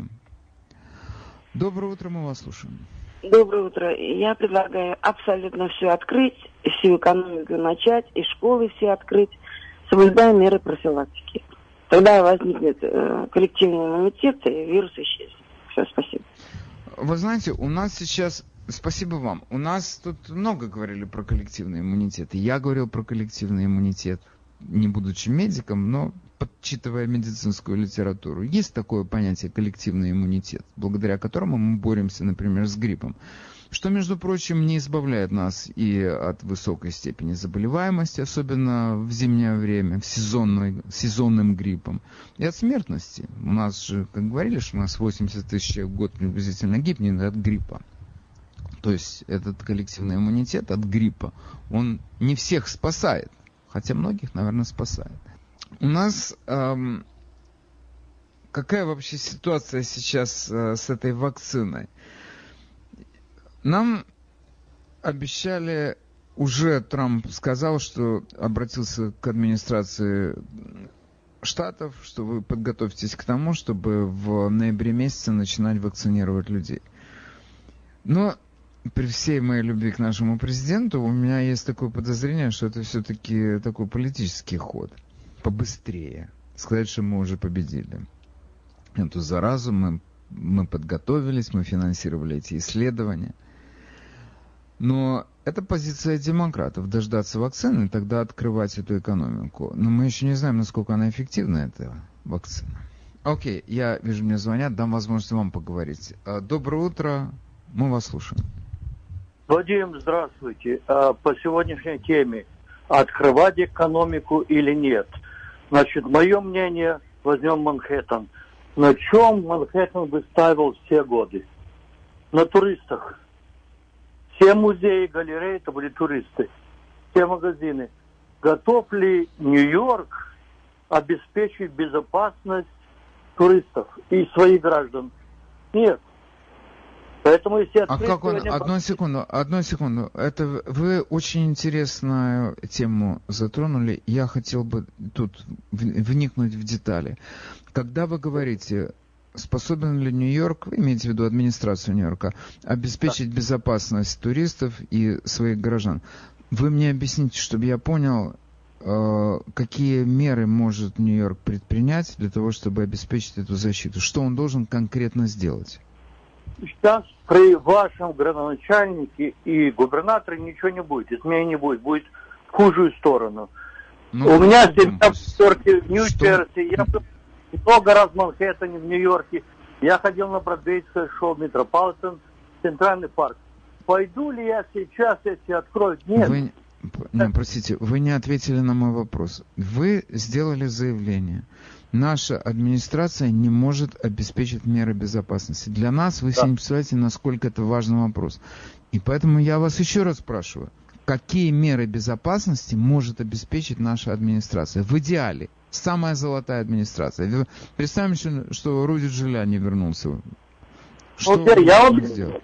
Доброе утро, мы вас слушаем. Доброе утро. Я предлагаю абсолютно все открыть, всю экономику начать, и школы все открыть, соблюдая меры профилактики. Тогда возникнет э, коллективный иммунитет, и вирус исчезнет. Все, спасибо. Вы знаете, у нас сейчас... Спасибо вам. У нас тут много говорили про коллективный иммунитет. И я говорил про коллективный иммунитет, не будучи медиком, но подчитывая медицинскую литературу. Есть такое понятие коллективный иммунитет, благодаря которому мы боремся, например, с гриппом. Что, между прочим, не избавляет нас и от высокой степени заболеваемости, особенно в зимнее время, в сезонной, сезонным гриппом, и от смертности. У нас же, как говорили, что у нас восемьдесят тысяч в год приблизительно гибнет от гриппа. То есть этот коллективный иммунитет от гриппа, он не всех спасает, хотя многих, наверное, спасает. У нас эм, какая вообще ситуация сейчас э, с этой вакциной? Нам обещали, уже Трамп сказал, что обратился к администрации штатов, что вы подготовьтесь к тому, чтобы в ноябре месяце начинать вакцинировать людей. Но при всей моей любви к нашему президенту у меня есть такое подозрение, что это все-таки такой политический ход. Побыстрее. Сказать, что мы уже победили эту заразу, мы, мы подготовились, мы финансировали эти исследования. Но это позиция демократов, дождаться вакцины и тогда открывать эту экономику. Но мы еще не знаем, насколько она эффективна, эта вакцина. Окей, я вижу, мне звонят, дам возможность вам поговорить. Доброе утро, мы вас слушаем. Вадим, здравствуйте. По сегодняшней теме, открывать экономику или нет? Значит, мое мнение, возьмем Манхэттен. На чем Манхэттен бы ставил все годы? На туристах. Все музеи, галереи, это были туристы. Все магазины. Готов ли Нью-Йорк обеспечить безопасность туристов и своих граждан? Нет. Поэтому если а как он, сегодня... одну секунду, одну секунду, это вы очень интересную тему затронули, я хотел бы тут вникнуть в детали. Когда вы говорите, способен ли Нью-Йорк, вы имеете в виду администрацию Нью-Йорка, обеспечить да. безопасность туристов и своих граждан, вы мне объясните, чтобы я понял, какие меры может Нью-Йорк предпринять для того, чтобы обеспечить эту защиту, что он должен конкретно сделать? Сейчас при вашем градоначальнике и губернаторе ничего не будет, изменений не будет, будет в худшую сторону. Ну, у меня семья в Нью-Йорке, в Нью-Джерси, я был много раз в Манхэттене, в Нью-Йорке, я ходил на Бродвейское шоу, Метрополитен, Центральный парк. Пойду ли я сейчас, если откроют? Нет. Вы, ну, простите, вы не ответили на мой вопрос. Вы сделали заявление. Наша администрация не может обеспечить меры безопасности. Для нас вы да. себе не представляете, насколько это важный вопрос. И поэтому я вас еще раз спрашиваю, какие меры безопасности может обеспечить наша администрация? В идеале, самая золотая администрация. Представим, что, что Руди Джулиани вернулся. Что ну, я вам сделать?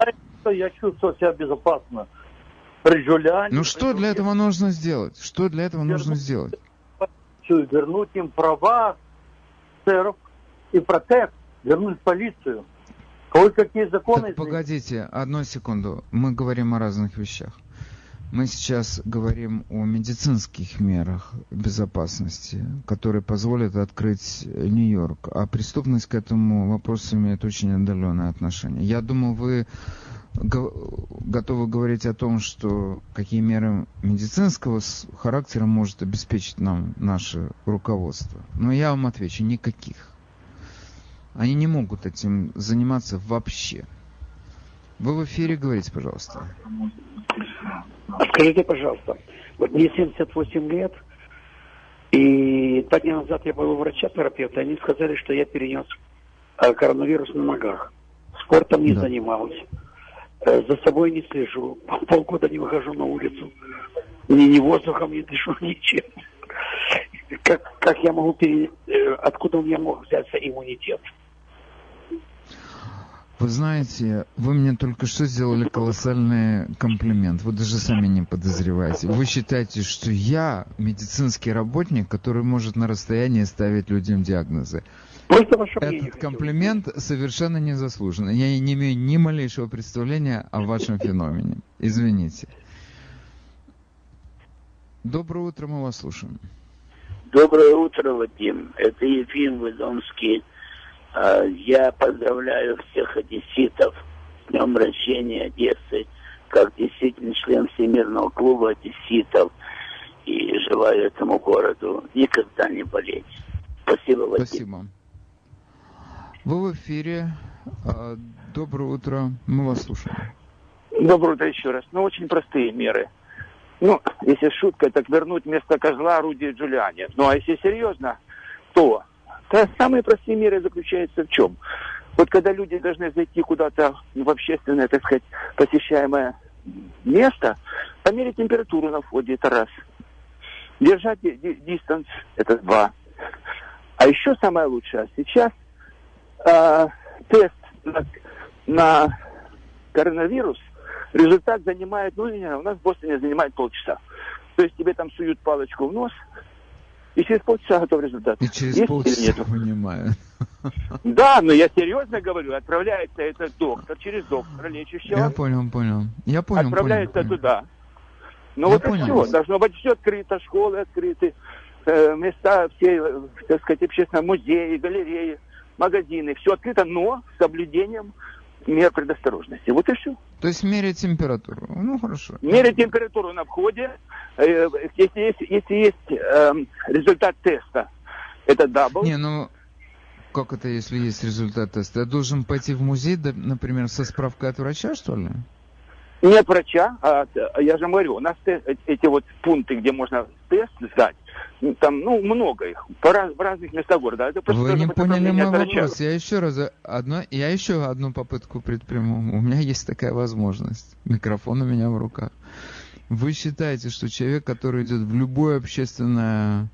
Я чувствую себя безопасно. При Джулиани... Ну что при... для этого нужно сделать? Что для этого вернуть, нужно сделать? Вернуть им права, сэров и протест, вернуть полицию. Кое-какие законы... Так, погодите, одну секунду. Мы говорим о разных вещах. Мы сейчас говорим о медицинских мерах безопасности, которые позволят открыть Нью-Йорк. А преступность к этому вопросу имеет очень отдаленное отношение. Я думаю, вы готовы говорить о том, что какие меры медицинского характера может обеспечить нам наше руководство. Но я вам отвечу, никаких. Они не могут этим заниматься вообще. Вы в эфире, говорите, пожалуйста. Скажите, пожалуйста, вот мне семьдесят восемь лет, и два дня назад я был у врача-терапевта, они сказали, что я перенес коронавирус на ногах. Спортом не да. занимался, за собой не слежу, полгода не выхожу на улицу, ни, ни воздухом не дышу, ничем. Как, как я могу перенести, откуда у меня мог взяться иммунитет? Вы знаете, вы мне только что сделали колоссальный комплимент. Вы даже сами не подозреваете. Вы считаете, что я медицинский работник, который может на расстоянии ставить людям диагнозы. Этот комплимент совершенно незаслужен. Я не имею ни малейшего представления о вашем феномене. Извините. Доброе утро, мы вас слушаем. Доброе утро, Вадим. Это Ефим Выдомский. Я поздравляю всех одесситов с днем рождения Одессы, как действительно член Всемирного клуба одесситов. И желаю этому городу никогда не болеть. Спасибо, Вадим. Спасибо. Вы в эфире. Доброе утро. Мы вас слушаем. Доброе утро еще раз. Ну, очень простые меры. Ну, если шутка, так вернуть вместо козла орудие Джулиани. Ну, а если серьезно, то... То самые простые меры заключаются в чем? Вот когда люди должны зайти куда-то в общественное, так сказать, посещаемое место, померить температуру на входе, это раз. Держать дистанс, это два. А еще самое лучшее, сейчас э, тест на, на коронавирус, результат занимает, ну, у нас в Бостоне занимает полчаса. То есть тебе там суют палочку в нос, и через полчаса готов результат. И через Есть полчаса, понимаю. Да, но я серьезно говорю, отправляется этот доктор через доктора лечащего. Я понял, понял. Я понял, Отправляется понял, туда. Ну я вот понял. и все. Должно быть все открыто, школы открыты, э, места все, так сказать, общественные музеи, галереи, магазины. Все открыто, но с соблюдением мер предосторожности. Вот и все. То есть мерить температуру. Ну, хорошо. Мерить температуру на входе. Э, если есть, если есть э, результат теста, это дабл. Не, ну, как это, если есть результат теста? Я должен пойти в музей, например, со справкой от врача, что ли? Не от врача, а я же говорю, у нас эти вот пункты, где можно тест сдать, там, ну, много их, по раз, в разных местах города. Это Вы не поняли мой вопрос. Я еще раз, одно, я еще одну попытку предприму. У меня есть такая возможность. Микрофон у меня в руках. Вы считаете, что человек, который идет в любое общественное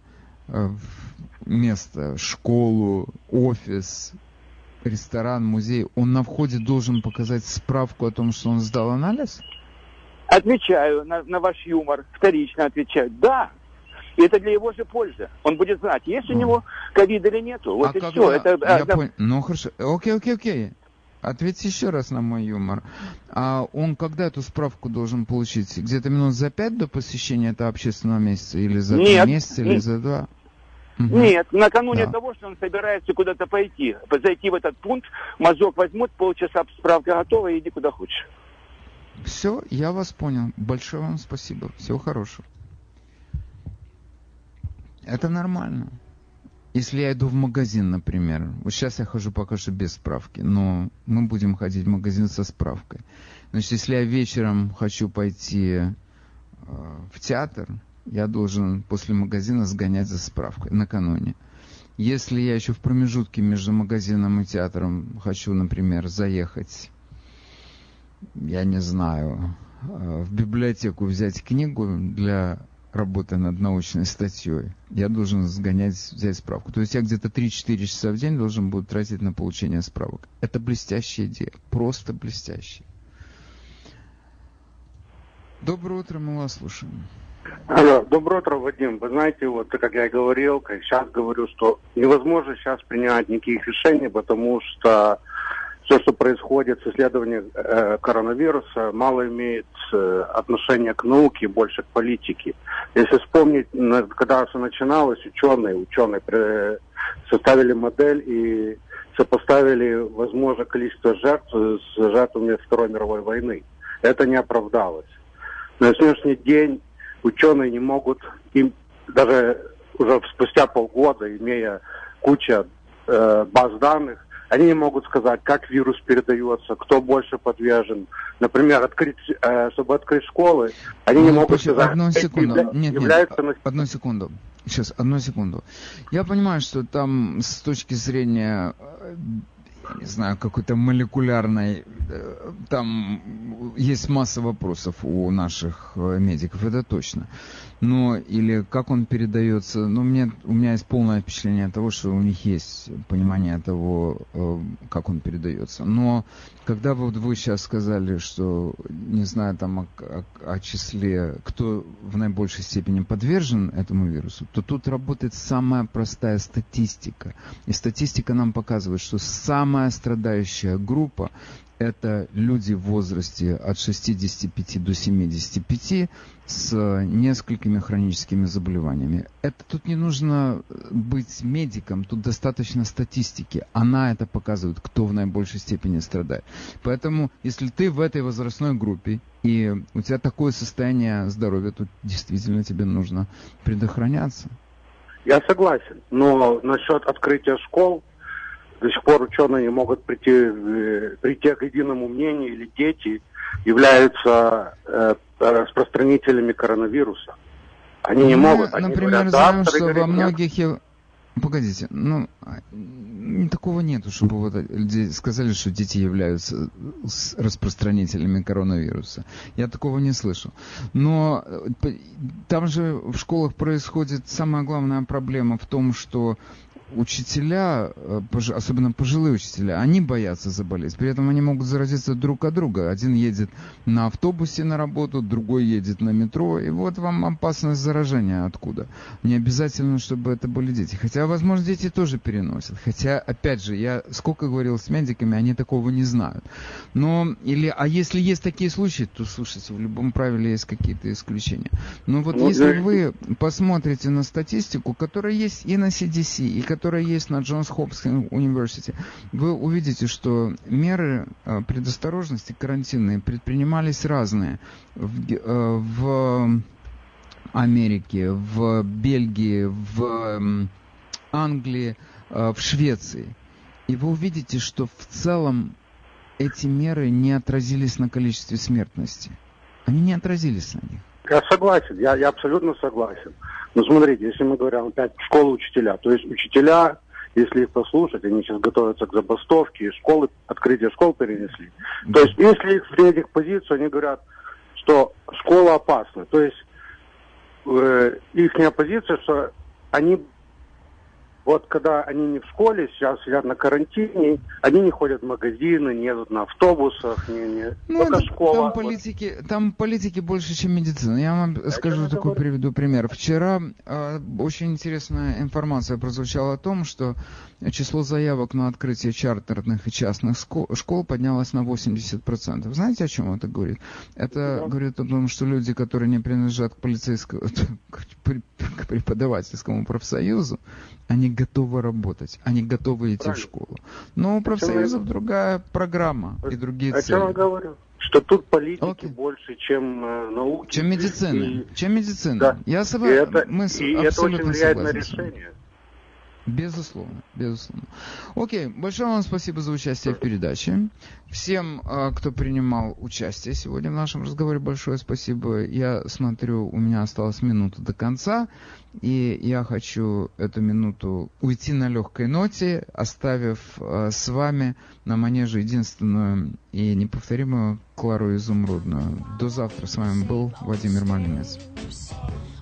место, школу, офис, ресторан, музей, он на входе должен показать справку о том, что он сдал анализ? Отвечаю на, на ваш юмор, вторично отвечаю. Да, и это для его же пользы. Он будет знать, есть у него ковид или нету. Вот а и когда... все. Это, Я это... пон... Ну хорошо, окей, окей, окей. Ответьте еще раз на мой юмор. А он когда эту справку должен получить? Где-то минут за пять до посещения этого общественного месяца? Или за Нет, три месяца, или нет. за два? Нет, накануне Да. того, что он собирается куда-то пойти, зайти в этот пункт, мазок возьмут, полчаса справка готова, иди куда хочешь. Все, я вас понял. Большое вам спасибо. Всего хорошего. Это нормально. Если я иду в магазин, например, вот сейчас я хожу пока что без справки, но мы будем ходить в магазин со справкой. Значит, если я вечером хочу пойти э, в театр, я должен после магазина сгонять за справкой накануне. Если я еще в промежутке между магазином и театром хочу, например, заехать, я не знаю, в библиотеку взять книгу для работы над научной статьей, я должен сгонять, взять справку. То есть я где-то три-четыре часа в день должен буду тратить на получение справок. Это блестящая идея, просто блестящая. Доброе утро, мы вас слушаем. Алло, доброе утро, Вадим. Вы знаете, вот как я говорил, как сейчас говорю, что невозможно сейчас принять никаких решений, потому что все, что происходит с исследованием э, коронавируса, мало имеет э, отношение к науке, больше к политике. Если вспомнить, когда все начиналось, ученые, ученые при, составили модель и сопоставили возможное количество жертв с жертвами Второй мировой войны. Это не оправдалось. На сегодняшний день ученые не могут, им даже уже спустя полгода, имея кучу э, баз данных, они не могут сказать, как вирус передается, кто больше подвержен. Например, открыть, э, чтобы открыть школы, они ну, не могут почему? сказать, одну секунду. явля... Нет, являются... нет, одну секунду. Сейчас, одну секунду. Я понимаю, что там с точки зрения, я не знаю, какой-то молекулярной, там есть масса вопросов у наших медиков, это точно. Но, или как он передается, ну, мне, у меня есть полное впечатление того, что у них есть понимание того, как он передается. Но, когда вот вы сейчас сказали, что, не знаю, там, о, о, о числе, кто в наибольшей степени подвержен этому вирусу, то тут работает самая простая статистика. И статистика нам показывает, что самая страдающая группа — это люди в возрасте от шестидесяти пяти до семидесяти пяти с несколькими хроническими заболеваниями. Это тут не нужно быть медиком, тут достаточно статистики. Она это показывает, кто в наибольшей степени страдает. Поэтому, если ты в этой возрастной группе и у тебя такое состояние здоровья, то действительно тебе нужно предохраняться. Я согласен, но насчет открытия школ, до сих пор ученые не могут прийти, прийти к единому мнению, или дети являются э, распространителями коронавируса. Они не Мы, могут. Они например, говорят, знаем, да, что говорят, во многих... Нет. Погодите, ну, такого нету, чтобы вот сказали, что дети являются распространителями коронавируса. Я такого не слышал. Но там же в школах происходит самая главная проблема в том, что учителя, особенно пожилые учителя, они боятся заболеть. При этом они могут заразиться друг от друга. Один едет на автобусе на работу, другой едет на метро. И вот вам опасность заражения откуда. Не обязательно, чтобы это были дети. Хотя, возможно, дети тоже переносят. Хотя, опять же, я сколько говорил с медиками, они такого не знают. Но, или, а если есть такие случаи, то, слушайте, в любом правиле есть какие-то исключения. Но вот ну, если да. вы посмотрите на статистику, которая есть и на си ди си, и которая есть на Джонс Хопкинс Университи, вы увидите, что меры предосторожности карантинные предпринимались разные. В, в Америке, в Бельгии, в Англии, в Швеции. И вы увидите, что в целом эти меры не отразились на количестве смертности. Они не отразились на них. Я согласен, я, я абсолютно согласен. Но смотрите, если мы говорим опять школы учителя, то есть учителя, если их послушать, они сейчас готовятся к забастовке, и школы, открытие школ перенесли. Mm-hmm. То есть если их принять их позицию, они говорят, что школа опасна. То есть э, их позиция, что они, вот когда они не в школе, сейчас сидят на карантине, они не ходят в магазины, не едут на автобусах, не, не ну, только школа. Там политики, там политики больше, чем медицина. Я вам Я скажу такой, говорю. приведу пример. Вчера э, очень интересная информация прозвучала о том, что число заявок на открытие чартерных и частных школ поднялось на восемьдесят процентов. Знаете, о чем это говорит? Это да. говорит о том, что люди, которые не принадлежат к полицейскому, к преподавательскому профсоюзу, они готовы работать, они готовы идти Правильно. в школу. Но у профсоюзов другая программа и другие о цели. О чем я говорю? Что тут политики okay. больше, чем э, науки. Чем медицина. И... Чем медицина. Да. Я с вами, это, мы и это очень влияет на решение. Безусловно, безусловно. Окей, большое вам спасибо за участие в передаче. Всем, кто принимал участие сегодня в нашем разговоре, большое спасибо. Я смотрю, у меня осталась минута до конца, и я хочу эту минуту уйти на легкой ноте, оставив с вами на манеже единственную и неповторимую Клару Изумрудную. До завтра. С вами был Владимир Малинец.